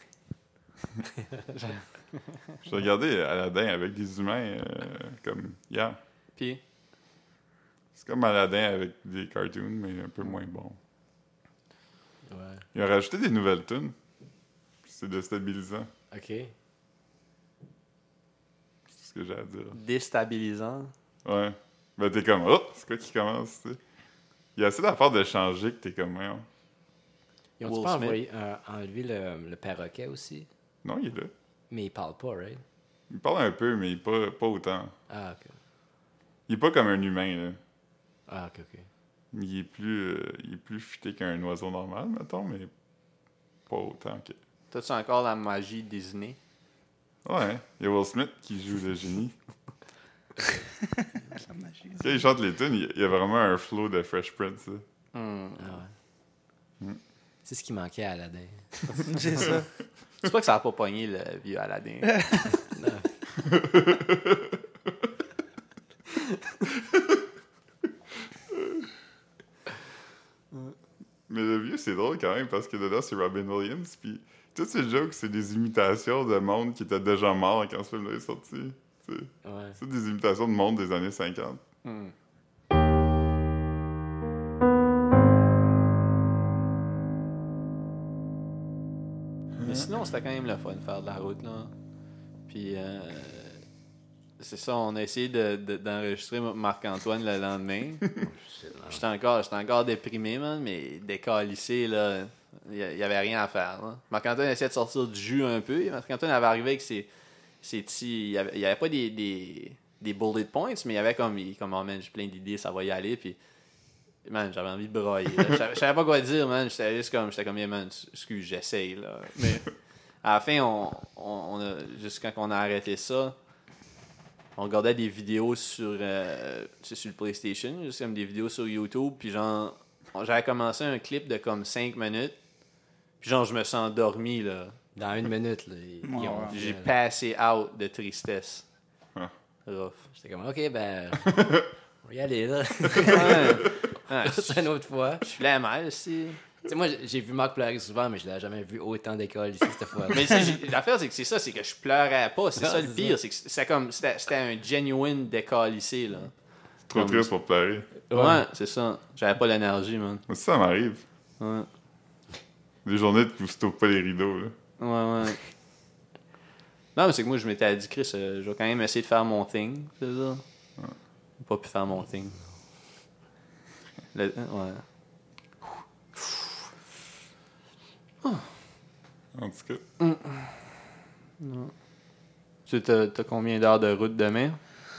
J'ai regardé Aladdin avec des humains comme hier. Puis, C'est comme Aladdin avec des cartoons, mais un peu moins bon. Ouais. Ils ont rajouté des nouvelles tunes. C'est déstabilisant. OK. C'est ce que j'ai à dire. déstabilisant. Ouais. Ben t'es comme, oh, c'est quoi qui commence, tu sais. Il y a assez d'affaires de changer que t'es comme, ouais. Ils ont Will pas Smith. enlevé le perroquet aussi? Non, il est là. Mais il parle pas, right? Il parle un peu, mais pas autant. Ah, OK. Il est pas comme un humain, là. Ah, ok. Il est plus futé qu'un oiseau normal, mettons, mais pas autant que... T'as-tu encore la magie Disney? Ouais, il y a Will Smith qui joue le génie. La magie. Quand il chante les tunes, il y a vraiment un flow de Fresh Prince, là. Ah ouais. C'est ce qui manquait à Aladdin. C'est ça. C'est pas que ça a pas pogné le vieux Aladdin. Mais le vieux, c'est drôle quand même, parce que dedans, c'est Robin Williams, puis toutes ces jokes, c'est des imitations de monde qui était déjà mort quand ce film-là est sorti. Ouais. C'est des imitations de monde des années 50. Mais sinon, c'était quand même le fun de faire de la route, là. Puis, c'est ça, on a essayé d'enregistrer Marc-Antoine le lendemain. J'étais encore déprimé, man, mais décalissé, là. Il y avait rien à faire, là. Marc-Antoine essayait de sortir du jus un peu. Marc-Antoine avait arrivé avec ses petits... Il y avait pas des bullet points, mais il y avait comme oh man, j'ai plein d'idées, ça va y aller, puis... Man, j'avais envie de broyer. Je savais pas quoi dire, man. J'étais comme, yeah, man, excuse, j'essaye, là. Mais à la fin, on a, juste quand on a arrêté ça, on regardait des vidéos sur le PlayStation, juste comme des vidéos sur YouTube, puis genre, j'avais commencé un clip de comme 5 minutes, puis genre, je me suis endormi, là. Dans 1 minute, là, J'ai passé out de tristesse. Rough. J'étais comme, ok, ben, on va y aller, là. Ouais, C'est une autre fois. je suis la mal aussi. Tu sais, moi, j'ai vu Marc pleurer souvent, mais je l'ai jamais vu autant d'école ici cette fois. Mais tu sais, l'affaire, c'est que c'est ça, c'est que je pleurais pas. C'est Non, ça le c'est pire. C'est que c'était un genuine décalissé, là. Trop triste pour pleurer. Ouais, c'est ça. J'avais pas l'énergie, man. Mais ça m'arrive. Ouais. Des journées où tu t'ouvres pas les rideaux, là. Ouais. Non, mais c'est que moi, je m'étais dit, Chris, je vais quand même essayer de faire mon thing, c'est ça. J'ai pas pu faire mon thing. Ouais. En tout cas. Tu sais, t'as combien d'heures de route demain?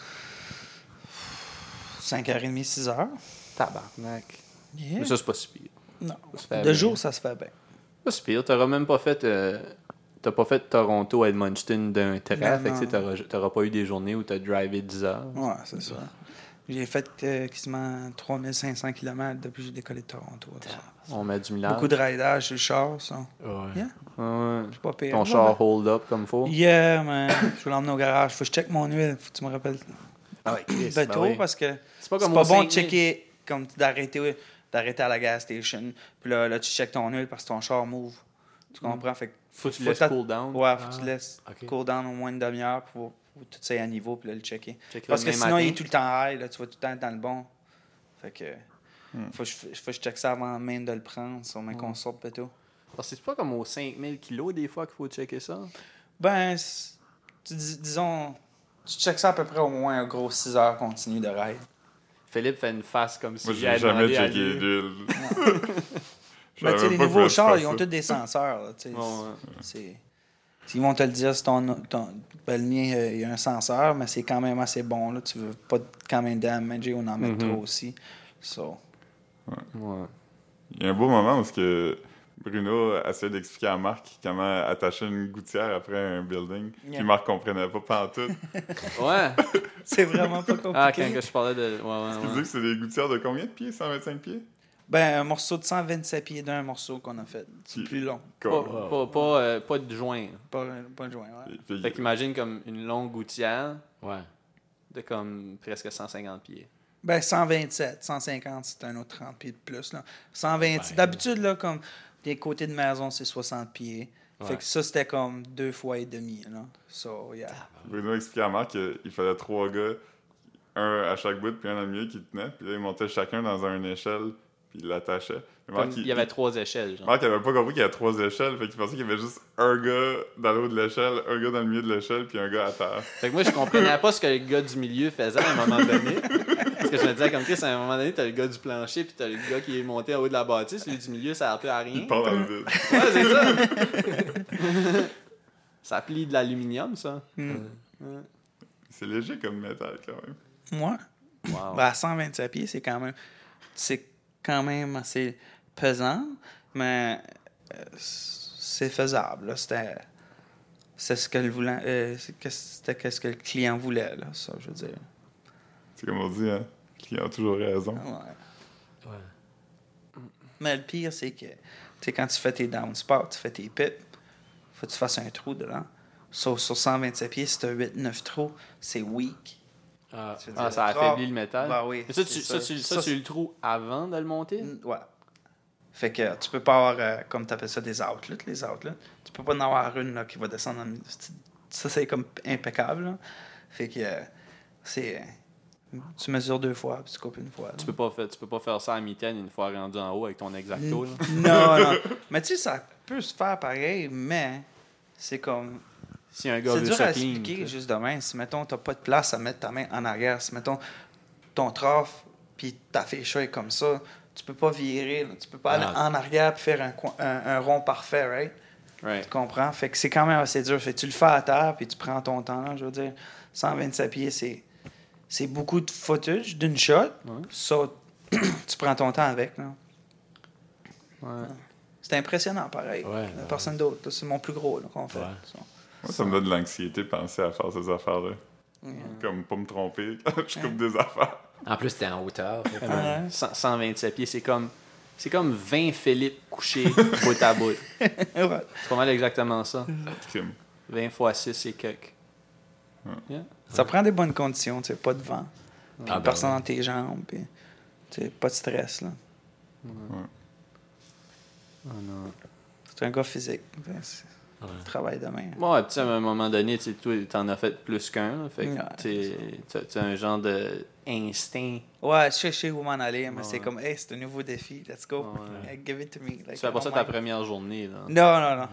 5h30, 6h. Tabarnak. Yeah. Mais ça, c'est pas si pire. Non. Ça se fait De bien. jour, ça se fait bien. Pas si pire. T'auras même pas fait... t'as pas fait Toronto à Edmundston d'un trait. Non, Fait que non. tu sais, t'auras pas eu des journées où t'as drivé 10 heures. Ouais, c'est ça. J'ai fait quasiment 3500 km depuis que j'ai décollé de Toronto. On met du millage. Beaucoup de raidage sur le char, ça. Ouais. Yeah. Ouais. C'est pas pire. Ton char hold up comme faut. Yeah, man. Je vais l'emmener au garage. Faut que je check mon huile. Faut que tu me rappelles Ah ouais, Chris, de tôt parce que C'est pas c'est comme pas au bon de 5000. checker, comme d'arrêter à la gas station. Puis là, tu checkes ton huile parce que ton char move. Tu comprends? Fait que Faut que tu laisses cool down. Ouais, faut que tu laisses ok. cool down au moins une demi-heure pour tout ça à niveau puis là, le checker. Check Parce le que demain sinon, matin. il est tout le temps high. Là, tu vas tout le temps être dans le bon. Fait que faut que je check ça avant même de le prendre, sur même qu'on sorte plutôt. Parce que c'est pas comme aux 5000 kilos des fois qu'il faut checker ça. Ben, disons, tu checkes ça à peu près au moins un gros 6 heures continu de ride. Philippe fait une face comme si Moi, j'avais j'ai jamais demandé à checké lui. l'huile. Mais tu sais, les nouveaux chars, ils ont tous des senseurs. Là, tu sais. Ouais. Ils vont te le dire si ben, le mien, il y a un senseur, mais c'est quand même assez bon. Là. Tu veux pas quand même damager ou en mettre trop aussi. So. Ouais. Il y a un beau moment où que Bruno essayait d'expliquer à Marc comment attacher une gouttière après un building. Yeah. Puis Marc comprenait pas pantoute. Ouais. C'est vraiment pas compliqué. Ah, quand que je parlais de. Tu Ouais. disais que c'est des gouttières de combien de pieds? 125 pieds? Ben, un morceau de 127 pieds d'un morceau qu'on a fait. C'est Qui- plus long. Pas de joint. Pas de joint, ouais. Puis- Fait qu'imagine comme une longue gouttière Ouais. de comme presque 150 pieds. Ben, 127, 150, c'est un autre 30 pieds de plus. Là. 120, Ben, d'habitude, là, comme des côtés de maison, c'est 60 pieds. Ouais. Fait que ça, c'était comme 2 fois et demi. Là. So, yeah. Bruno expliquait à Marc qu'il fallait 3 gars, un à chaque bout, puis un dans le milieu qui tenait. Puis là, ils montaient chacun dans une échelle, puis ils l'attachaient. Mais Comme Marc, il y avait 3 échelles, genre. Marc avait pas compris qu'il y avait 3 échelles, fait qu'il pensait qu'il y avait juste un gars dans le haut de l'échelle, un gars dans le milieu de l'échelle, puis un gars à terre. Fait que moi, je comprenais pas ce que le gars du milieu faisait à un moment donné. Parce que je me disais, comme Chris, à un moment donné, t'as le gars du plancher, puis t'as le gars qui est monté en haut de la bâtisse. Celui du milieu, ça sert plus à rien. Il part dans le vide. Ouais, c'est ça. Ça plie de l'aluminium, ça. C'est léger comme métal, quand même. Moi? Wow. Ben, à 127 pieds, c'est quand même assez pesant, mais c'est faisable. Là. C'est ce que c'était ce que le client voulait, là, ça, je veux dire. C'est comme on dit, hein? Le client a toujours raison. Ouais. Ouais. Mais le pire, c'est que quand tu fais tes downspots, tu fais tes pips, faut que tu fasses un trou dedans. Sur 127 pieds, si tu as 8-9 trous, c'est weak. Ah, Tu veux dire, Ça affaiblit le métal. Ben oui. Mais ça, c'est tu le trou avant de le monter? Ouais. Fait que tu peux pas avoir, comme tu appelles ça, des outlets, les outlets. Tu peux pas en avoir une là, qui va descendre en... Ça, c'est comme impeccable. Là. Fait que c'est... Tu mesures 2 fois, puis tu coupes une fois. Là. Tu peux pas faire ça à mitaine une fois rendu en haut avec ton exacto. Là. Non. Mais tu sais, ça peut se faire pareil, mais c'est comme... Si un gars C'est veut dur ça à clean, expliquer tu sais. juste demain. Si, mettons, t'as pas de place à mettre ta main en arrière, si, mettons, ton traffe, puis ta fécha est comme ça, tu peux pas virer, là. Tu peux pas aller en arrière puis faire un rond parfait, right? Right. Tu comprends? Fait que c'est quand même assez dur. Fait que tu le fais à terre, puis tu prends ton temps, là, je veux dire. 127 pieds, c'est beaucoup de footage d'une shot. Ouais. Ça, tu prends ton temps avec, là. Ouais. C'est impressionnant, pareil. Ouais, Personne d'autre. Là, c'est mon plus gros là, qu'on fait. Ouais. Ça. Moi, ça me donne de l'anxiété de penser à faire ces affaires-là. Comme pas me tromper quand je coupe des affaires. En plus, t'es en hauteur. fait que- Ouais. 127 pieds, c'est comme 20 Philippe couchés bout à bout. Ouais. C'est pas mal exactement ça. Crime. 20 x 6 c'est cuck. Yeah. Ça prend des bonnes conditions, tu sais, pas de vent. Puis Ah, ben personne ouais. dans tes jambes, puis tu sais, pas de stress, là. Oh non. C'est un gars physique. Ben, c'est Ouais. travail de main. Ouais, puis à un moment donné, tu sais, toi, t'en as fait plus qu'un. Là, fait Ouais. que t'as un genre d'instinct. Ouais, je sais où m'en aller, mais Ouais. c'est comme, hey, c'est un nouveau défi, let's go. Ouais. Hey, give it to me. Like, Tu fais pas oh ça my- ta première journée. Là. Non.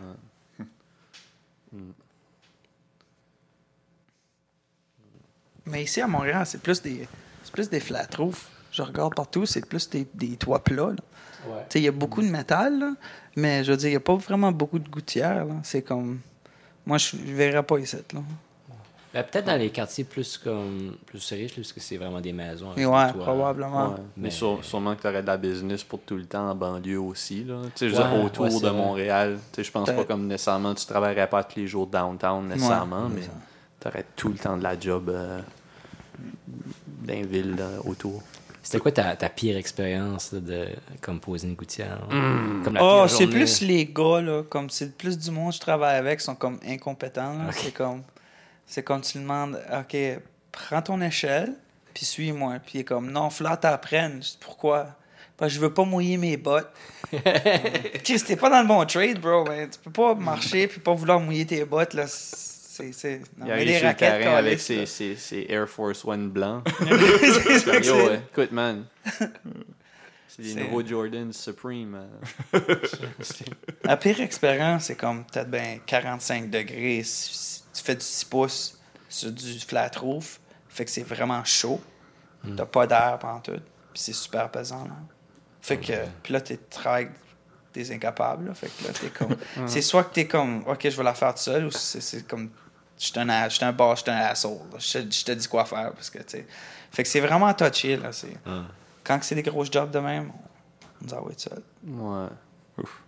Mais ici à Montréal, c'est plus des flat roofs. Je regarde partout, c'est plus des toits plats. là. Ouais. Tu sais, il y a beaucoup de métal, là, mais je veux dire, il n'y a pas vraiment beaucoup de gouttières. Là. C'est comme. Moi, je ne verrais pas ici. Là. Ben, peut-être dans les quartiers plus riches, parce que c'est vraiment des maisons. Mais avec ouais, des toits. probablement. Ouais. Mais Mais- sûrement que tu aurais de la business pour tout le temps en banlieue aussi. Là. Tu sais, je veux Ouais, dire, autour ouais, c'est de vrai. Montréal. Tu sais, je pense pas Peut-être. comme nécessairement tu travaillerais pas tous les jours downtown nécessairement, Ouais, mais c'est ça. tu aurais tout le temps de la job dans les villes autour. C'était quoi ta pire expérience là, de comme poser une gouttière? Comme la Oh, pire c'est journée? plus les gars, là, comme c'est plus du monde que je travaille avec, sont comme incompétents. Là. C'est comme tu demandes, OK, prends ton échelle, puis suis-moi. Puis il est comme, non, flotte après. Je dis, pourquoi? Parce que je veux pas mouiller mes bottes. Chris, t'es pas dans le bon trade, bro. Ben, tu peux pas marcher puis pas vouloir mouiller tes bottes, là. Non, Il mets arrive des sur le raquettes, terrain avec câlisse, là. ses Air Force One blancs. C'est ça que Yo, c'est. écoute, man. C'est les C'est- nouveaux Jordan Supreme. La pire expérience, c'est comme peut-être ben 45 degrés. Tu fais du 6 pouces sur du flat roof. Fait que c'est vraiment chaud. T'as pas d'air pendant tout. Puis c'est super pesant. Là. Fait que. Puis là, tu travailles avec des incapables. Là. Fait que là, t'es comme. C'est soit que t'es comme, OK, je vais la faire tout seul, ou c'est comme. Je suis un asshole. Là. Je te dis quoi faire. Parce que, tu sais. Fait que c'est vraiment touché. Là. Quand c'est des gros jobs de même, on nous envoie tout seul. Ouais. Ouf.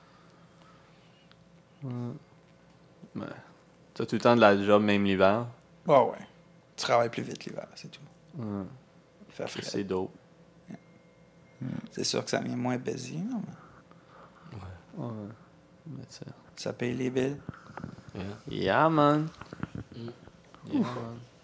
Ouais. T'as tout le temps de la job, même l'hiver. Ouais. Tu travailles plus vite l'hiver, c'est tout. Ouais. Il fait frais. C'est dope. C'est sûr que ça vient moins busy, non, mais Ouais. Mais tu sais. ça paye les billes. Yeah, man. Yeah, man.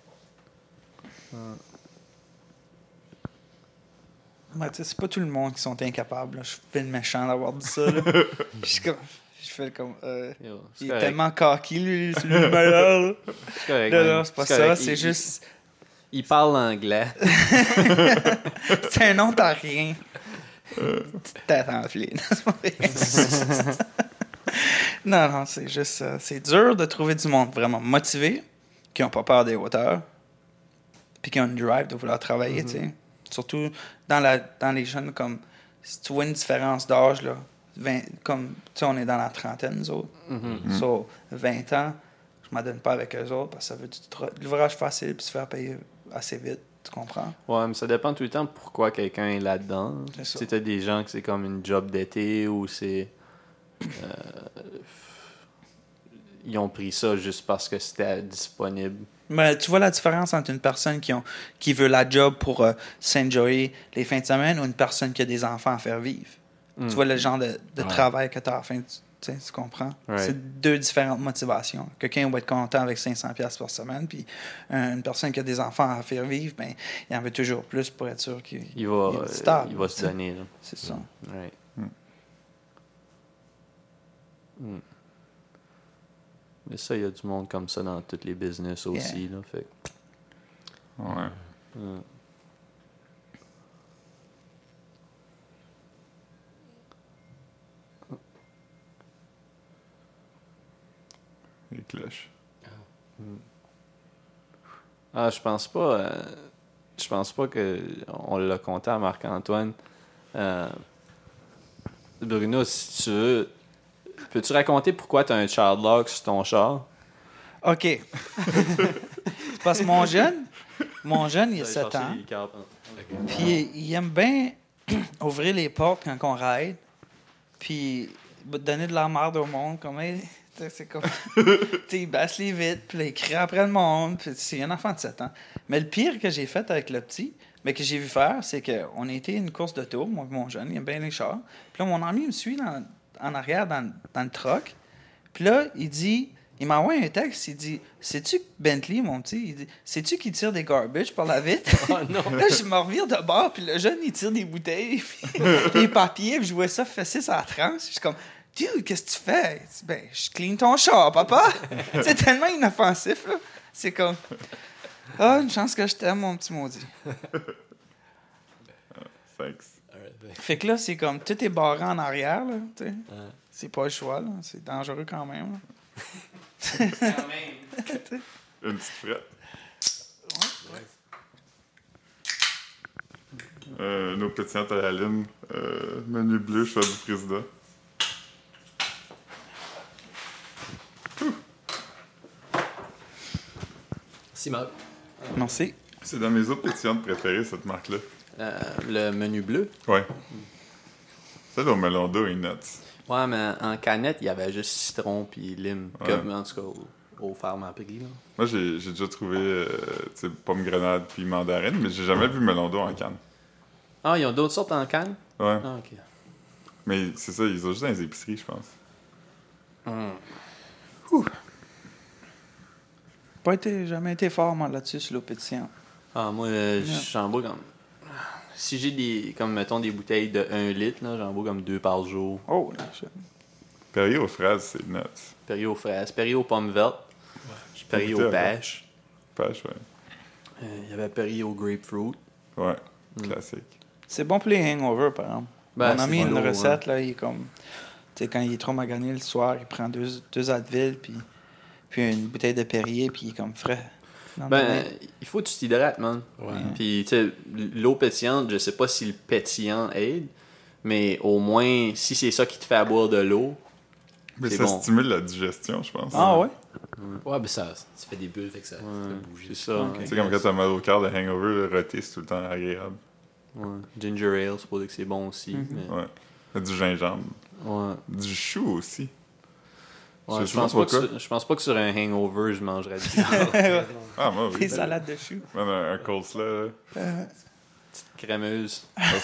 Ouais, tu sais, c'est pas tout le monde qui sont incapables. Là. Je fais le méchant d'avoir dit ça. Là. Je fais comme. Yo, c'est Il est correct. tellement cocky, lui, c'est lui le meilleur. Là. C'est correct, Non, man. non, c'est pas correct. ça. C'est juste. Il parle anglais. C'est un nom, t'as rien. Petite tête enflée. Non, c'est pas vrai. Non, c'est juste ça. C'est dur de trouver du monde vraiment motivé, qui n'ont pas peur des hauteurs, puis qui ont une drive de vouloir travailler, tu sais. Surtout dans les jeunes, comme, si tu vois une différence d'âge, là, 20, comme, tu sais, on est dans la trentaine, nous autres. So, 20 ans, je m'en donne pas avec eux autres, parce que ça veut dire de l'ouvrage facile, puis se faire payer assez vite. Tu comprends? Ouais, mais ça dépend tout le temps pourquoi quelqu'un est là-dedans. C'est ça. Tu sais, t'as des gens que c'est comme une job d'été ou c'est... ils ont pris ça juste parce que c'était disponible. Mais tu vois la différence entre une personne qui veut la job pour s'enjoyer les fins de semaine ou une personne qui a des enfants à faire vivre. Tu vois le genre de travail que tu as à la fin. Tu comprends? Right. C'est deux différentes motivations. Quelqu'un va être content avec 500$ par semaine, puis une personne qui a des enfants à faire vivre, ben, il en veut toujours plus pour être sûr qu'il Il va, est stable. il va se donner. Là. C'est ça. Right. Mais ça, il y a du monde comme ça dans tous les business aussi. Yeah. Là, fait. Ouais. Les cloches. Ah, je pense pas. Je pense pas que on l'a compté à Marc-Antoine. Bruno, si tu veux, peux-tu raconter pourquoi tu as un child lock sur ton char? OK. C'est parce que mon jeune, il a 7 ans. Puis il aime bien ouvrir les portes quand on ride. Puis donner de la merde au monde. Comme, hey, c'est comme. Il baisse les vitres, puis là, il crie après le monde. Puis c'est un enfant de 7 ans. Mais le pire que j'ai fait avec le petit, mais que j'ai vu faire, c'est qu'on a été une course de tour, moi et mon jeune, il aime bien les chars. Puis là, mon ami me suit en arrière dans le truck. Puis là, il m'envoie un texte, il dit « C'est-tu Bentley, mon petit? » Il dit « C'est-tu qui tire des garbage par la vitre? » Là, je me revire de bord, puis le jeune, il tire des bouteilles, puis les papiers, puis je vois ça fesser sur la tranche. Je suis comme « Dude, qu'est-ce que tu fais? » Il dit, « Ben, je clean ton char, papa. » C'est tellement inoffensif, là. C'est comme « Ah, une chance que je t'aime, mon petit maudit. » Thanks. Fait que là, c'est comme tout est barré en arrière, là, tu sais. C'est pas le choix, là. C'est dangereux quand même, là. Une petite frette. Nos pétillantes à la ligne. Menu bleu, choix du président. Si, Marc. Merci. C'est dans mes autres pétillantes préférées, cette marque-là. Le menu bleu. Ouais. Celle au melon d'eau est nuts. Ouais, mais en canette, il y avait juste citron puis lime. Ouais. Comme, en tout cas, au Pharmaprix. Là. Moi, j'ai déjà trouvé tu sais, pomme grenade puis mandarine, mais j'ai jamais vu melon d'eau en canne. Ah, ils ont d'autres sortes en canne? Ouais. Ah, ok. Mais c'est ça, ils ont juste dans les épiceries, je pense. Jamais été fort, moi, là-dessus, sur l'eau pétillante. Ah, moi, j'en bois comme... Si j'ai des, comme mettons, des bouteilles de 1 litre, là, j'en bois comme 2 par jour. Oh, là, Perrier aux fraises, c'est nuts. Perrier aux fraises, Perrier aux pommes vertes, Perrier goûté aux avant. pêches. Pêche, ouais. Il y avait Perrier aux grapefruit. Ouais, classique. C'est bon pour les hangovers, par exemple. Ben, Mon ami a c'est une lourd, recette, là, il est comme... Tu sais, quand il est trop magané le soir, il prend deux Advil, puis une bouteille de Perrier, puis il est comme frais. Ben, il faut que tu t'hydrates, man. Ouais. Puis, tu sais, l'eau pétillante, je sais pas si le pétillant aide, mais au moins, si c'est ça qui te fait boire de l'eau, Mais c'est ça bon. stimule la digestion, je pense. Ah ouais? Ouais, ben ça fait des bulles, fait que ça fait bouger. c'est ça. Ok. Tu sais, comme quand t'as mal au cœur, le hangover, le roté, c'est tout le temps agréable. Ouais. Ginger ale, c'est pas que c'est bon aussi. mais... Ouais. Il y a du gingembre. Ouais. Du chou aussi. Ouais, Je je sais pense pas pas que je pense pas que sur un hangover, je mangerais du Ah, moi, oui. Des salades de choux. Même un coleslaw, là. crémeuse.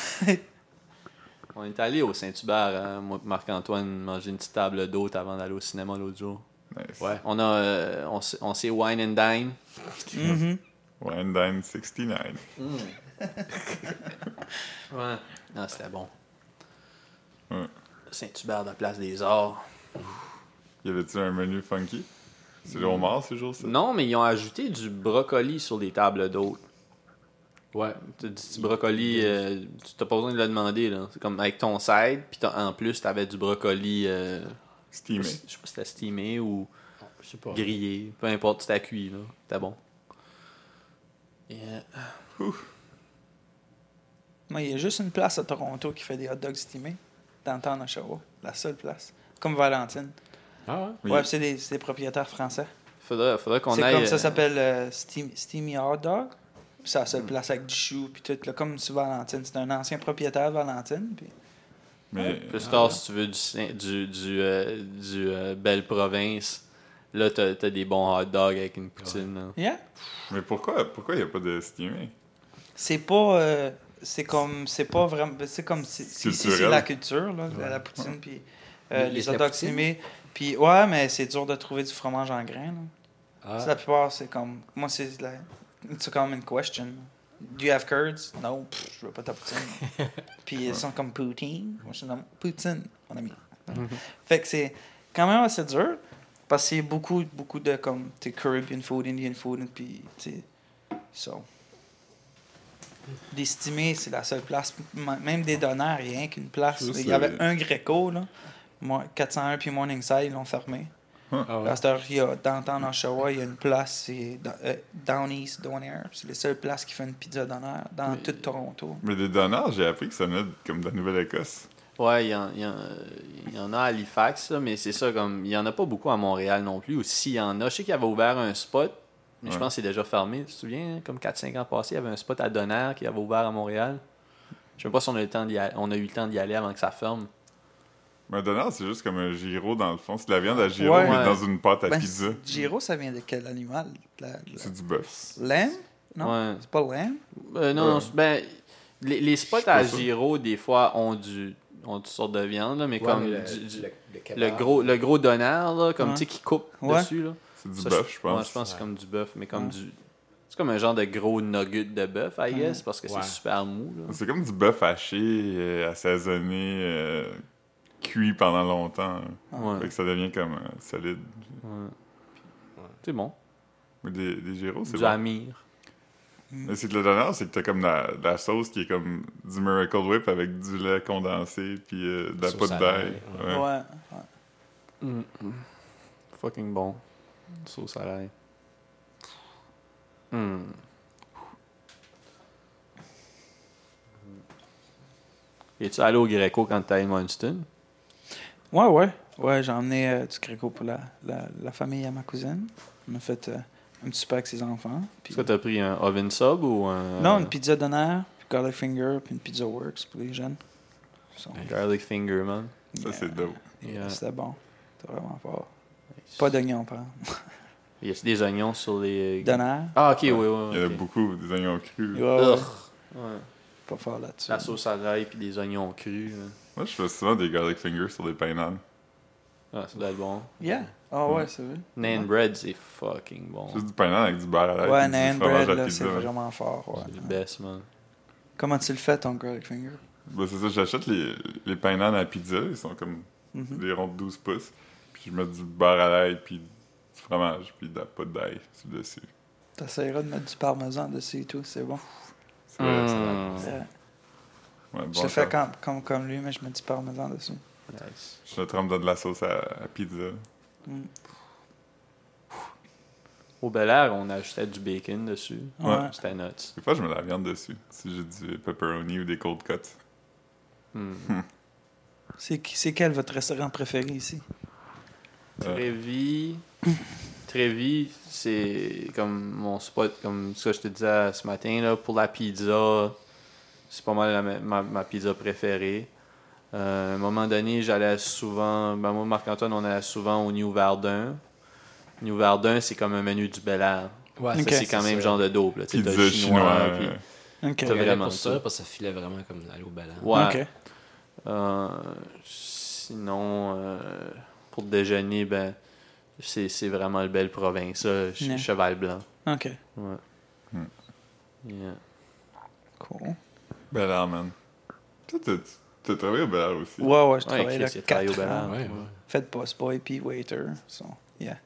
On est allé au Saint-Hubert, moi et Marc-Antoine, manger une petite table d'hôtes avant d'aller au cinéma l'autre jour. Nice. Ouais. On s'est wine and dine. Mhm. Wine Dine 69. Ouais. Non, c'était bon. Ouais. Saint-Hubert de la Place des Arts. Y avait-tu un menu funky? C'est le homard, ces jours-ci? Non, mais ils ont ajouté du brocoli sur les tables d'hôtes. Ouais. Du brocoli, tu t'as pas besoin de le demander, là. C'est comme avec ton side, puis en plus, t'avais du brocoli, Steamé. je sais pas si c'était steamé ou Je sais pas. grillé. Peu importe, c'était cuit, là. C'était bon. Et, Moi, il y a juste une place à Toronto qui fait des hot dogs steamés. Downtown Oshawa. La seule place. Comme Valentine. Ah ouais? Oui. Ouais, puis c'est des propriétaires français. faudrait qu'on C'est aille... comme ça s'appelle Steamy Hot Dog. c'est la seule place avec du chou, puis tout, là, comme sur Valentine. C'est un ancien propriétaire de Valentine, puis... Mais, Plus tard, si tu veux du belle province, là, t'as des bons hot dogs avec une poutine. Là. Yeah. mais pourquoi il n'y a pas de steaming? C'est pas... c'est pas vraiment... C'est comme... Ici, c'est la culture, là, la poutine, puis les hot dogs steamés. Puis, ouais, mais c'est dur de trouver du fromage en grains, là. Ah. La plupart, c'est comme... Moi, c'est la... It's a common question. Do you have curds? Non, je veux pas ta poutine. Puis ils sont comme poutine. Moi, je suis comme poutine, mon ami. Fait que c'est quand même assez dur. Parce que c'est beaucoup de comme, tu sais, Caribbean food, Indian food, puis, tu sais, so. D'estimer, c'est la seule place. Même des donneurs, rien qu'une place. Il y avait un Greco, là. 401 puis Morningside, ils l'ont fermé. Ah ouais. À cette heure, il y a Downtown Oshawa, il y a une place, c'est Down East Donair. C'est la seule place qui fait une pizza d'honneur dans tout Toronto. Mais des donneurs, j'ai appris que ça venait comme de la Nouvelle-Écosse. Ouais, il y en a à Halifax, là, mais c'est ça, comme il y en a pas beaucoup à Montréal non plus. Ou s'il y en a, je sais qu'il y avait ouvert un spot, mais je pense que c'est déjà fermé. Tu te souviens, comme 4-5 ans passés, il y avait un spot à Donner qui avait ouvert à Montréal. Je sais pas si on a eu le temps d'y aller avant que ça ferme. Mais un donneur, c'est juste comme un gyro dans le fond. C'est de la viande à gyro, Ouais. mais dans une pâte à pizza. Gyro, ça vient de quel animal? C'est du bœuf. Lamb? Non, Ouais. c'est pas lamb? Non, ben, les spots sais pas à ça. gyro, des fois, ont toutes sortes de viande, là, mais Ouais, comme mais le kebab. gros donneur, là, comme Ouais. tu sais, qui coupe Ouais. dessus. Là. C'est du Ça, bœuf, je pense. Ouais, je pense que c'est comme du bœuf, mais comme Ouais. du. C'est comme un genre de gros nugget de bœuf, I guess, parce que Ouais. c'est super mou. Là. C'est comme du bœuf haché, assaisonné, cuit pendant longtemps. Ouais. Fait que ça devient comme solide. Ouais. C'est bon. Mais des gyros, c'est Du bon. amir. Mais c'est que le donneur, c'est que t'as comme la sauce qui est comme du Miracle Whip avec du lait condensé puis de la Sauce poudre à d'ail. l'ail, Ouais. Ouais. Fucking bon. Sauce à l'ail. Es-tu allé au Greco quand t'es à Edmundston? Ouais, j'ai emmené du Greco pour la famille à ma cousine. On a fait un petit souper avec ses enfants. Puis... Est-ce que t'as pris un oven sub ou un... Non, une pizza d'honneur, puis garlic finger, puis une pizza works pour les jeunes. So, Garlic finger, man. Ça, c'est dope. Yeah. C'était bon. C'était vraiment fort. Pas d'oignons, par exemple. Y a des oignons sur les... D'honneur? Ah, ok, oui, oui. Il y en a ok. beaucoup, des oignons crus. Ouais, ouais. Ouais. Pas fort là-dessus. La sauce à l'ail puis des oignons crus. Là. Moi, je fais souvent des garlic fingers sur des pains naan. Ah, ça doit être bon. Yeah. Ah ouais, c'est vrai. Nan bread, c'est fucking bon. Juste du pain naan avec du beurre à l'ail. Ouais, puis du nan fromage bread, à là, pizza. c'est vraiment fort. Ouais. C'est le best, man. Comment tu le fais, ton garlic finger? Ben, c'est ça, j'achète les pains naan à pizza. Ils sont comme Mhm. des ronds de 12 pouces. Puis je mets du beurre à l'ail, puis du fromage, puis de la poudre d'ail sur le dessus. T'essaieras de mettre du parmesan dessus et tout, c'est bon. C'est vrai, ça. Ouais. Ouais, Je bon le fais ça. comme lui, mais je mets du parmesan dessus. Nice. Je le trempe dans de la sauce à pizza. Mm. Au Bel Air, on ajoutait du bacon dessus. Ouais. C'était nuts. Des fois, je mets de la viande dessus. Si j'ai du pepperoni ou des cold cuts. C'est quel votre restaurant préféré ici? Trévis, c'est comme mon spot, comme ça je te disais ce matin, là, pour la pizza, c'est pas mal ma pizza préférée. À un moment donné, j'allais souvent, ben moi Marc-Antoine, on allait souvent au New Verdun. New Verdun, c'est comme un menu du Bel Air. Ouais, Ça, Ok. c'est quand même genre de dope. Là. Tu sais, t'as Pizza le chinois. puis- Ok. T'as J'allais vraiment pour ça. ça, parce que ça filait vraiment comme aller au ballon. Ouais. Ok. Sinon, pour déjeuner, ben c'est vraiment le belle province, là, Ouais. Cheval Blanc. Ok. Ouais. Hmm. Yeah. Cool. Bel Air, man. Toi, t'as travaillé au Bel Air aussi. Ouais, je Ouais, travaille Chris, là il a travaillé au 4 Bel Air. ans. Ouais, ouais. Fait boy puis waiter. So, yeah.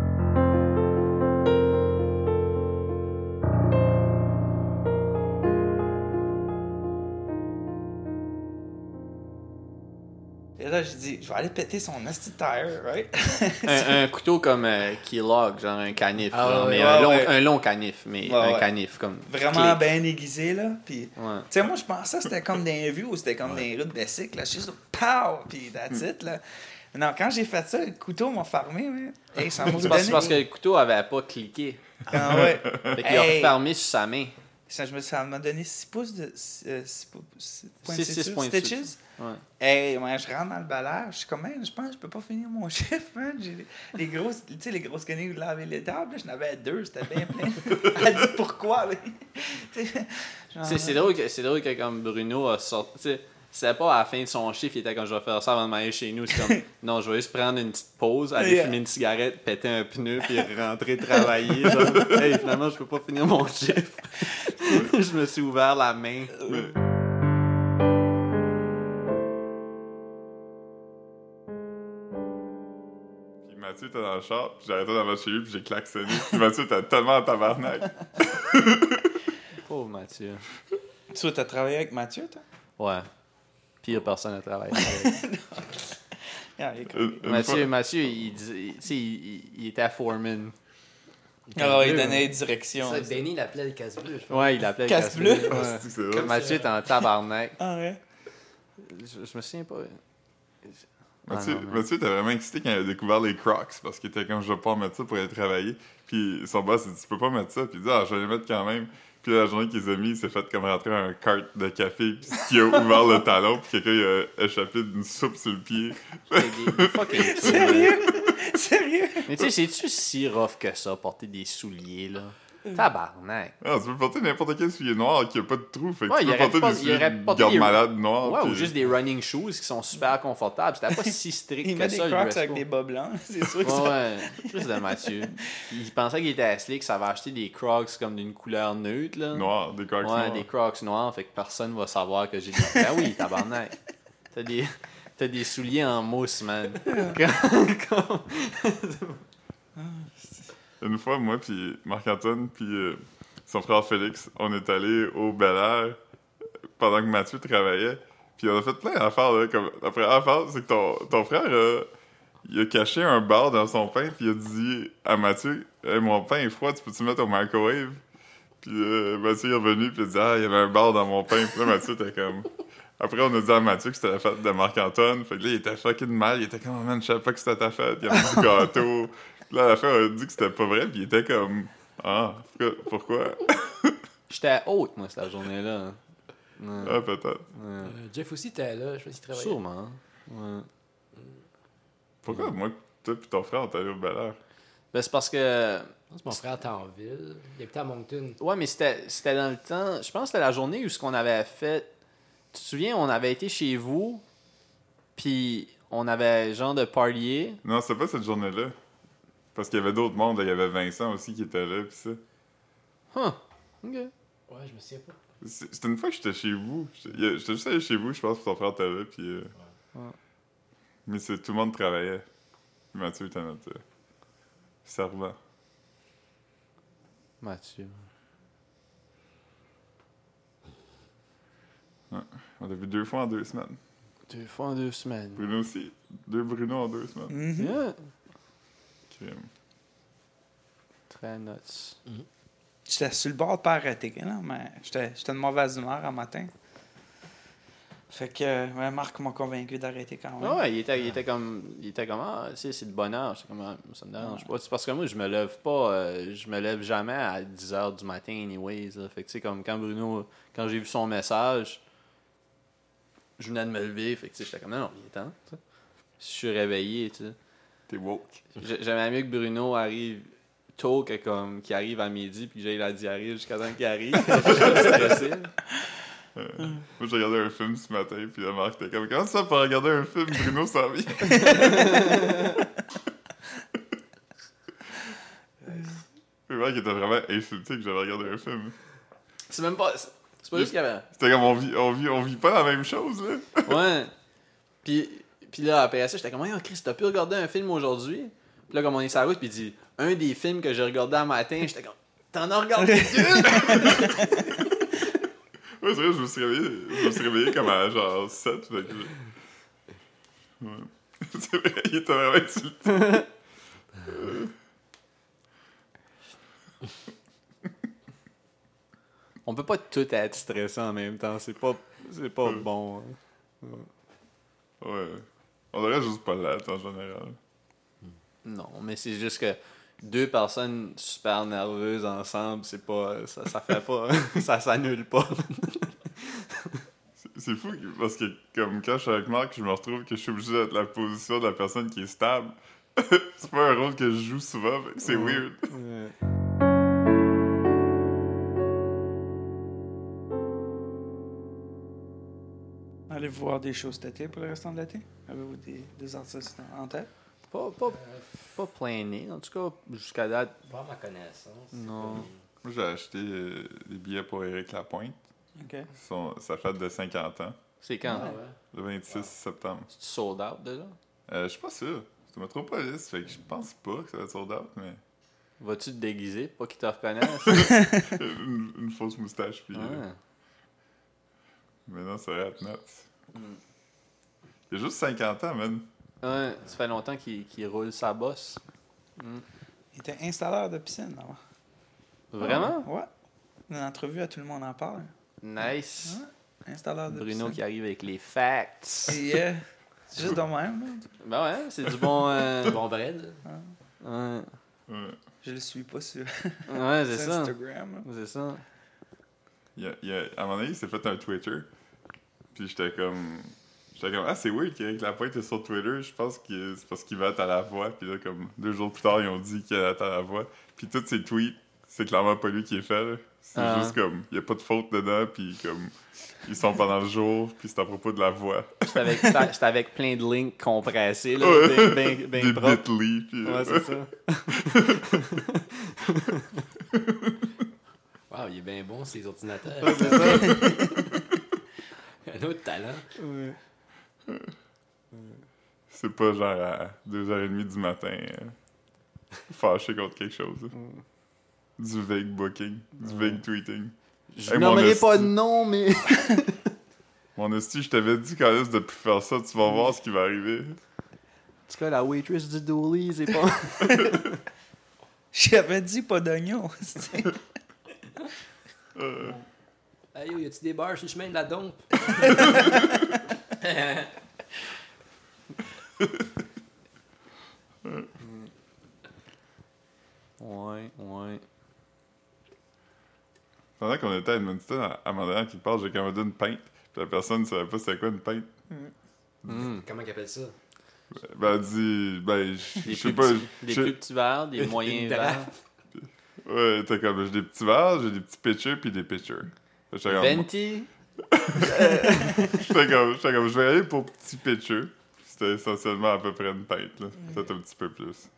Et là, j'ai dit, je vais aller péter son nasty tire, right? un couteau comme Keylog, genre un canif. Ah, genre, ouais, mais ouais. un long canif, mais Ouais, un ouais. canif comme. Vraiment clic. bien aiguisé, là. Puis, Ouais. tu sais, moi, je pensais que c'était comme des vues ou c'était comme des rues de bicycle, là. Je suis juste, pow! Puis, that's it, là. Non, quand j'ai fait ça, le couteau m'a farmé, mais. Hey, ça m'a C'est parce que le couteau avait pas cliqué. Ah ouais. Fait qu'il a Hey. refermé sur sa main. Ça m'a donné 6 pouces de 6.6 6.6. stitches. Ouais. Hey, moi, je rentre dans le balai, je suis comme, je pense que je peux pas finir mon chiffre, man. J'ai les grosses, tu sais, les grosses conneries de laver les tables, là, j'en avais 2, c'était bien plein. Elle dit pourquoi, mais. C'est drôle que comme Bruno a sorti. Tu sais, c'était pas à la fin de son chiffre, il était comme je vais faire ça avant de m'aller chez nous. C'est comme non, je vais juste prendre une petite pause, aller fumer une cigarette, péter un pneu, puis rentrer travailler. Genre, hey, finalement, je peux pas finir mon chiffre. Je me suis ouvert la main. Puis Mathieu était dans le char, puis j'arrêtais dans ma chez lui, puis j'ai klaxonné. Puis Mathieu était tellement en tabarnak. Pauvre Mathieu. Tu as travaillé avec Mathieu, toi? Ouais. Pire personne à travailler avec. Ah, il est cool. Mathieu, il était à foreman. Alors, il donnait des directions. Ça, Benny l'appelait le casse-bleu, je pense. Ouais, il l'appelait Casse-bleu. Ouais. C'est drôle. Mathieu était en tabarnak. Ah ouais? Je me souviens pas. Mathieu était vraiment excité quand il a découvert les Crocs parce qu'il était comme je vais pas mettre ça pour aller travailler. Puis son boss il dit tu peux pas mettre ça. Puis il dit je vais les mettre quand même. Puis la journée qu'il les a mis, il s'est fait comme rentrer un cart de café. Puis qui a ouvert le talon. Puis quelqu'un il a échappé d'une soupe sur le pied. Sérieux? Sérieux? Mais tu sais, c'est-tu si rough que ça, porter des souliers, là? Tabarnak. Ah, tu peux porter n'importe quel soulier noir qui a pas de trou. Fait que Ouais, tu il peux aurait porter pas- des il souliers aurait de porté garde-malade noirs. Ouais, ou puis- juste des running shoes qui sont super confortables. C'était pas si strict Il que met des ça, le crocs dress avec code. des bas blancs, c'est sûr que Ouais, ça... ouais. Juste de Mathieu. Il pensait qu'il était à Slick, ça va acheter des Crocs comme d'une couleur neutre, là. Noirs, des Crocs Ouais, noirs. des Crocs noirs, fait que personne va savoir que j'ai des... Ben oui, tabarnak. T'as des souliers en mousse, man. Comme- Une fois, moi puis Marc-Antoine puis son frère Félix, on est allé au Bel Air pendant que Mathieu travaillait. Puis on a fait plein d'affaires, là. Comme, la première affaire, c'est que ton frère, il a caché un bar dans son pain, puis il a dit à Mathieu hey, mon pain est froid, tu peux-tu le mettre au microwave? Puis Mathieu est revenu, puis il a dit il y avait un bar dans mon pain. Puis là, Mathieu était comme. Après, on a dit à Mathieu que c'était la fête de Marc-Antoine. Fait que là, il était fucking mal. Il était comme, oh man, je savais pas que c'était ta fête. Il y avait du gâteau. Puis là, à la fin, on a dit que c'était pas vrai. Puis il était comme, pourquoi? J'étais haute, moi, cette journée-là. Ouais. Ah, peut-être. Ouais. Jeff aussi était là, je sais pas s'il travaillait. Sûrement. Ouais. Pourquoi, moi, toi pis ton frère, on est allé au Bel Air? Ben, c'est parce que... Je pense que mon frère était en ville. Il habitait à Moncton. Ouais, mais c'était dans le temps... Je pense que c'était la journée où ce qu'on avait fait... Tu te souviens, on avait été chez vous, puis on avait genre de partier. Non, c'était pas cette journée-là. Parce qu'il y avait d'autres mondes. Là. Il y avait Vincent aussi qui était là, pis ça. Huh. OK. Ouais, je me souviens pas. C'était une fois que j'étais chez vous. J'étais juste allé chez vous, je pense, que ton frère était là, pis... Ouais. Mais tout le monde travaillait. Puis Mathieu était notre servant. Mathieu. On l'a vu 2 fois en 2 semaines. 2 fois en 2 semaines. Bruno aussi. 2 Bruno en 2 semaines. Mhm. Yeah. Crime. Très nuts. J'étais sur le bord de pas arrêter, là, mais j'étais de mauvaise humeur un matin. Fait que ouais, Marc m'a convaincu d'arrêter quand même. Ouais, il était comme ah, tu sais, c'est de bonheur. J'étais comme, ah, ça me dérange pas. C'est parce que moi, je me lève pas, je me lève jamais à 10h du matin, anyways. Là. Fait que, tu sais, comme quand Bruno, quand j'ai vu son message, je venais de me lever. Fait que, tu sais, j'étais comme, non, il est temps. Tu sais. Je suis réveillé, tu sais. T'es woke. J'aimais mieux que Bruno arrive tôt que comme qu'il arrive à midi puis que j'aille la diarrhée jusqu'à temps qu'il arrive. Je suis stressé. Moi, j'ai regardé un film ce matin, puis la Marc était comme, comment ça, pour regarder un film, Bruno s'en vient? Le Marc était vraiment insulté que j'avais regardé un film. C'est même pas. C'est pas juste qu'il y avait. C'était comme, on vit pas la même chose, là. Ouais. Puis là, après ça, j'étais comme, oh, Chris, t'as pu regarder un film aujourd'hui? Puis là, comme on est sur la route, puis il dit, un des films que j'ai regardé un matin, j'étais comme, t'en as regardé deux? Ouais, c'est vrai, je me suis réveillé comme à genre 7, fait que... Ouais. C'est vrai, il était vraiment insulté. On peut pas tout être stressé en même temps, c'est pas bon. Hein. Ouais. On devrait juste pas l'être, en général. Non, mais c'est juste que deux personnes super nerveuses ensemble, c'est pas. Ça fait pas. Ça s'annule pas. C'est fou parce que, comme quand je suis avec Marc, je me retrouve que je suis obligé d'être la position de la personne qui est stable. C'est pas un rôle que je joue souvent, fait que c'est weird. Ouais. Allez-vous voir des choses cet été pour le restant de l'été? Avez-vous des artistes en tête? Pas plein nez, en tout cas, jusqu'à date. Pas à ma connaissance. Non. Moi, j'ai acheté des billets pour Éric Lapointe. OK. Sa fête de 50 ans, C'est quand? Ah ouais. le 26 septembre. C'est sold out déjà? Je suis pas sûr. Je me trouve pas liste, fait que je pense pas que ça va être sold out, mais... Vas-tu te déguiser pour pas qu'ils te reconnaissent? une fausse moustache, puis... Ouais. Mais non, ça va être nuts. Il a juste 50 ans, man. Ouais, ça fait longtemps qu'il roule sa bosse. Il était installeur de piscine avant. Vraiment? Ouais. Une entrevue à Tout le monde en parle. Nice. Ouais. Installeur de Bruno qui piscine. arrive avec les facts. Et c'est juste de même, là. Ben ouais, c'est du bon. Bon bread. Ouais, Ouais. Je le suis pas sur ouais c'est ça. Instagram. Là. C'est ça. À un moment donné, il s'est fait un Twitter. Puis j'étais comme, ah, c'est weird qu'Éric Lapointe est sur Twitter. Je pense que c'est parce qu'il va être à la voix. Puis là, comme 2 jours plus tard, ils ont dit qu'il allait être à la voix. Puis tous ses tweets, c'est clairement pas lui qui est fait. Là. C'est juste comme, il y a pas de faute dedans. Puis comme, ils sont pendant le jour. Puis c'est à propos de la voix. J'étais avec plein de links compressés, là. Ouais. Ben Des propres. bit.ly. Puis, Ouais, c'est ça. Wow, il est bien bon, ces ordinateurs. C'est ça. Un autre talent. Ouais. C'est pas genre à 2h30 du matin, fâché contre quelque chose. Là. Du vague booking, du vague tweeting. Je Hey, mon nommerai esti. pas de nom, mais. Mon esti, je t'avais dit quand est-ce de plus faire ça, tu vas voir ce qui va arriver. En tout cas, la waitress du Dooley, c'est pas. J'avais dit pas d'oignon. Hey yo, y a-tu des bars sur le chemin de la dompe? Ouais. Pendant qu'on était à Edmonton, à un moment donné, qui parle, j'ai commandé une pinte. Puis la personne ne savait pas c'était quoi une pinte. Comment ils appellent ça? Ben, elle dit, je Des sais plus pas. petits- des plus petits verres, des moyens Une verres. draft. Ouais, t'es comme, j'ai des petits verres, j'ai des petits pitchers, puis des pitchers. J'étais comme, Venti. j'étais comme, je vais aller pour petit pitcher. C'était essentiellement à peu près une pinte, là. Peut-être un petit peu plus.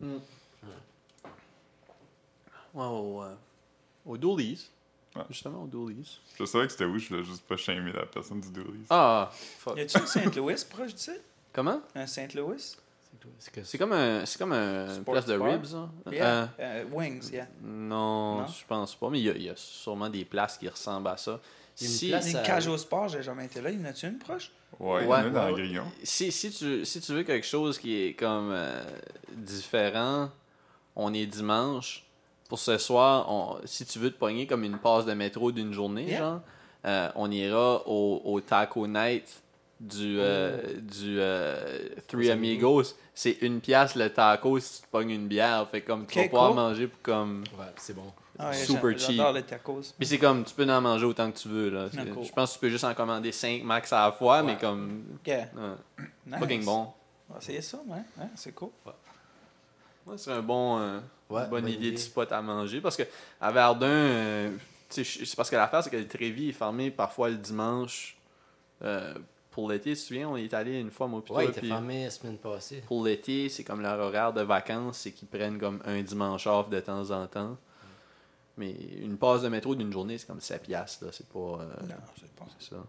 Ouais, au Dooley's. Ouais. Justement, au Dooley's. Je savais que c'était où, je voulais juste pas shamer la personne du Dooley's. Ah, fuck. Y a-tu un Saint-Louis proche d'ici? Comment? Un Saint-Louis? C'est comme une Sport place de bar? ribs, hein? Yeah. Wings, yeah. Non, Non? je pense pas, mais il y a sûrement des places qui ressemblent à ça. Il y a une Si, place- Une Ça- cage au sport, j'ai jamais été là. Y en a-tu une proche? Ouais, il y en a Ouais. dans le grillon. si tu veux quelque chose qui est comme différent, on est dimanche. Pour ce soir, si tu veux te pogner comme une passe de métro d'une journée, Yeah. genre, on ira au Taco Night du Three Amigos. C'est 1$ le taco si tu te pognes une bière. Fait comme tu vas Ok, pouvoir cool. manger pour comme. Ouais, c'est bon. Ah, ouais, Super j'adore cheap. les tacos. Puis c'est comme, tu peux en manger autant que tu veux. Là. Ah, cool. Je pense que tu peux juste en commander 5 max à la fois, mais Ouais. comme. Yeah. Nice. Fucking bon. On va essayer ça, ouais. C'est cool. Ouais, c'est un bon, Ouais, bonne bonne idée de idée. spot à manger. Parce que à Verdun, tu sais, c'est parce que l'affaire, c'est que le Trévis est fermé parfois le dimanche. Pour l'été, tu te souviens, on est allé une fois, moi, puis Ouais, il toi, était puis fermé la semaine passée. pour l'été, c'est comme leur horaire de vacances, c'est qu'ils prennent comme un dimanche off de temps en temps. Mais une passe de métro d'une journée, c'est comme 7$, là. C'est pas. Non, c'est pas. C'est ça.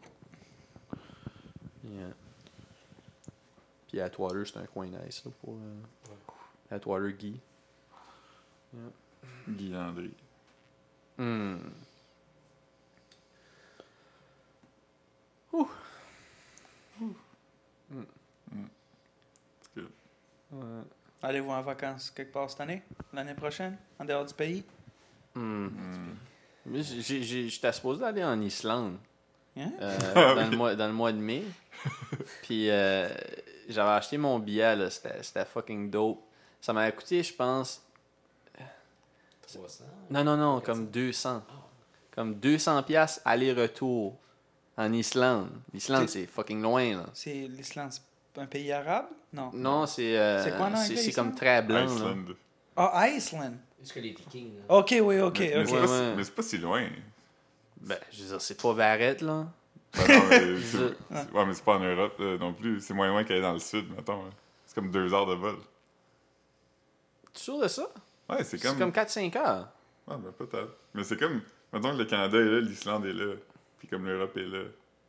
Yeah. Puis Atwater, c'est un coin nice là, pour Atwater Guy. Guy Landry. Hmm. Ouh. C'est good. Ouais. Allez-vous en vacances quelque part cette année? L'année prochaine? En dehors du pays? Hmm. Mais j'étais supposé aller en Islande Hein? dans le mois de mai. Puis j'avais acheté mon billet, là, c'était fucking dope. Ça m'avait coûté, je pense, 300. Non, comme 200. Comme 200 piastres aller-retour en Islande. L'Islande, c'est fucking loin, là. C'est l'Islande, c'est un pays arabe? Non. Non, c'est C'est quoi en anglais, c'est comme Islande? très blanc, là. Iceland. Ah, Iceland. Jusque les Vikings. Là. Ok, oui, ok. Mais ok. c'est pas, Ouais. mais c'est pas si loin. Ben, je veux dire, c'est pas Varette, là. Ben non, mais ouais, mais c'est pas en Europe non plus. C'est moins loin qu'aller dans le sud, mettons. Hein. C'est comme 2 heures de vol. Tu es sûr de ça? Ouais, c'est C'est comme... comme 4-5 heures. Ah, ben peut-être. Mais c'est comme... Mettons que le Canada est là, l'Islande est là. Puis comme l'Europe est là.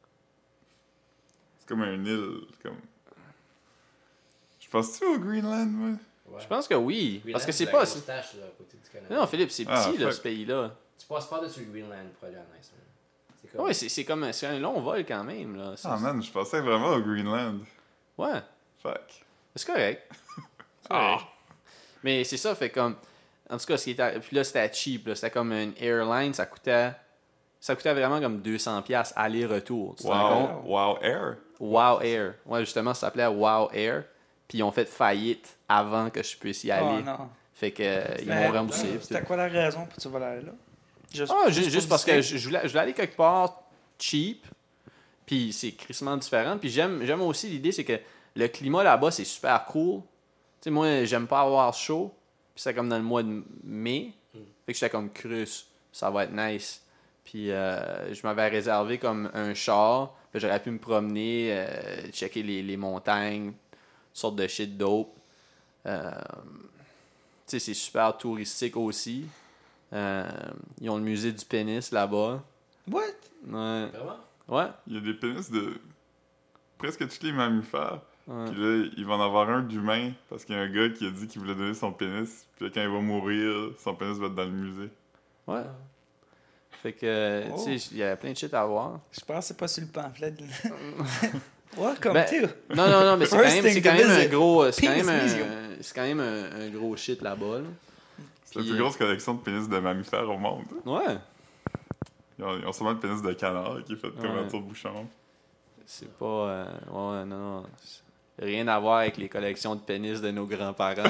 C'est comme un île. Comme... Je pense-tu au Greenland, moi? Ouais. Je pense que oui. Greenland, parce que c'est la pas... grosse tache, là, à côté du Canada. Non, Philippe, c'est petit, Ah, là, fuck. ce pays-là. Tu passes pas dessus le Greenland pour aller en Iceland. C'est comme... Ouais, c'est comme... C'est un long vol, quand même, là. Ah man, je pensais vraiment au Greenland. Ouais. Fuck. C'est correct. C'est correct. Mais c'est ça, fait comme... En tout cas, ce qui était... Puis là, c'était cheap, là. C'était comme une airline, ça coûtait vraiment comme 200 piastres aller-retour. Tu te rends compte? Wow Air. Wow Air. Ouais, justement, ça s'appelait Wow Air. Puis ils ont fait faillite avant que je puisse y aller. Oh non. Fait que ils m'ont remboursé. puis C'était tout. quoi la raison pour que tu vas aller là? Juste pour parce que visiter? je voulais aller quelque part cheap. Puis c'est crissement différent. Puis j'aime aussi l'idée, c'est que le climat là-bas, c'est super cool. Tu sais, moi, j'aime pas avoir chaud. Puis c'est comme dans le mois de mai. Fait que j'étais comme cruce. Ça va être nice. Puis je m'avais réservé comme un char. Puis j'aurais pu me promener, checker les montagnes, sorte de shit dope. Tu sais, c'est super touristique aussi. Ils ont le musée du pénis là-bas. What? Ouais. Vraiment? Ouais. Il y a des pénis de presque tous les mammifères. Ouais. Puis là, il va en avoir un d'humain parce qu'il y a un gars qui a dit qu'il voulait donner son pénis. Puis là, quand il va mourir, son pénis va être dans le musée. Ouais. Fait que, Oh. tu sais, il y a plein de shit à voir. Je pense que c'est pas sur le pamphlet. Welcome Ben, to. Non, mais c'est quand First même, thing c'est quand to même un visit. gros, c'est quand Penis même museum. c'est quand même un gros shit là-bas. Là. C'est la Puis, plus grosse collection de pénis de mammifères au monde. Ouais. Ils ont sûrement le pénis de canard qui est fait comme Ouais. un tour de bouchon. C'est pas, ouais, non. Rien à voir avec les collections de pénis de nos grands-parents.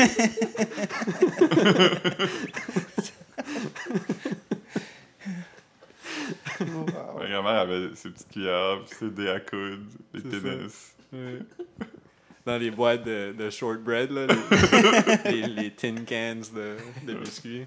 Wow. Ma grand-mère avait ses petites cuillères, puis ses dés à coude, les C'est pénis. Dans les boîtes de shortbread, là, les tin cans de biscuits.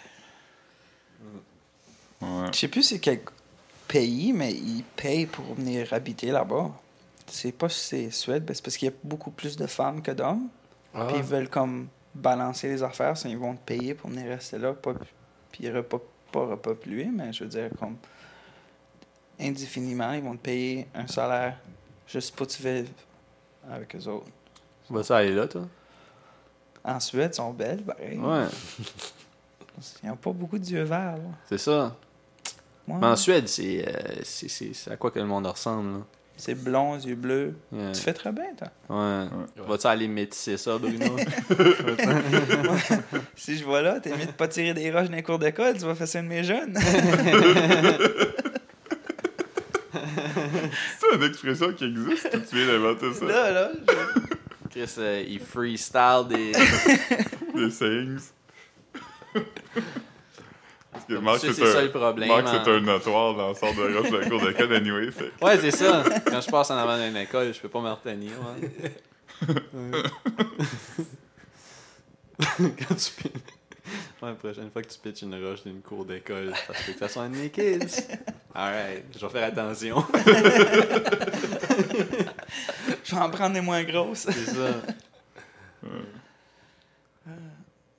Ouais. Je sais plus c'est quel pays, mais ils payent pour venir habiter là-bas. C'est pas si c'est Suède, ben c'est parce qu'il y a beaucoup plus de femmes que d'hommes. Ah. Puis ils veulent comme balancer les affaires, so ils vont te payer pour venir rester là. Puis pas repopluer, mais je veux dire, comme indéfiniment, ils vont te payer un salaire juste pour que tu vives avec eux autres. Tu vas ça aller là, toi? En Suède, ils sont belles, pareil. Ouais, Ils n'ont pas beaucoup d'yeux verts, là. c'est ça. Ouais. Mais en Suède, c'est à quoi que le monde ressemble, là. C'est blond, yeux bleus. Ouais. Tu fais très bien, toi. Ouais. Vas-tu aller métisser ça, Bruno? Si je vois là, t'es mieux de pas tirer des roches dans les cours d'école, tu vas faire ça de mes jeunes. C'est une expression qui existe ou tu viens d'inventer ça? là, Chris, il freestyle des... Des sayings. Parce que Marc, C'est ça le problème. Marc, hein. c'est un notoire dans le sort de roche de la cour d'école anyway. Fait. Ouais, c'est ça. Quand je passe en avant d'une école, je peux pas me retenir. Ouais. Quand tu pitches... Ouais, la prochaine fois que tu pitches une roche d'une cour d'école, ça se peut que ça soit un de mes kids. Alright, je vais faire attention. je vais en prendre des moins grosses. C'est ça. Ouais.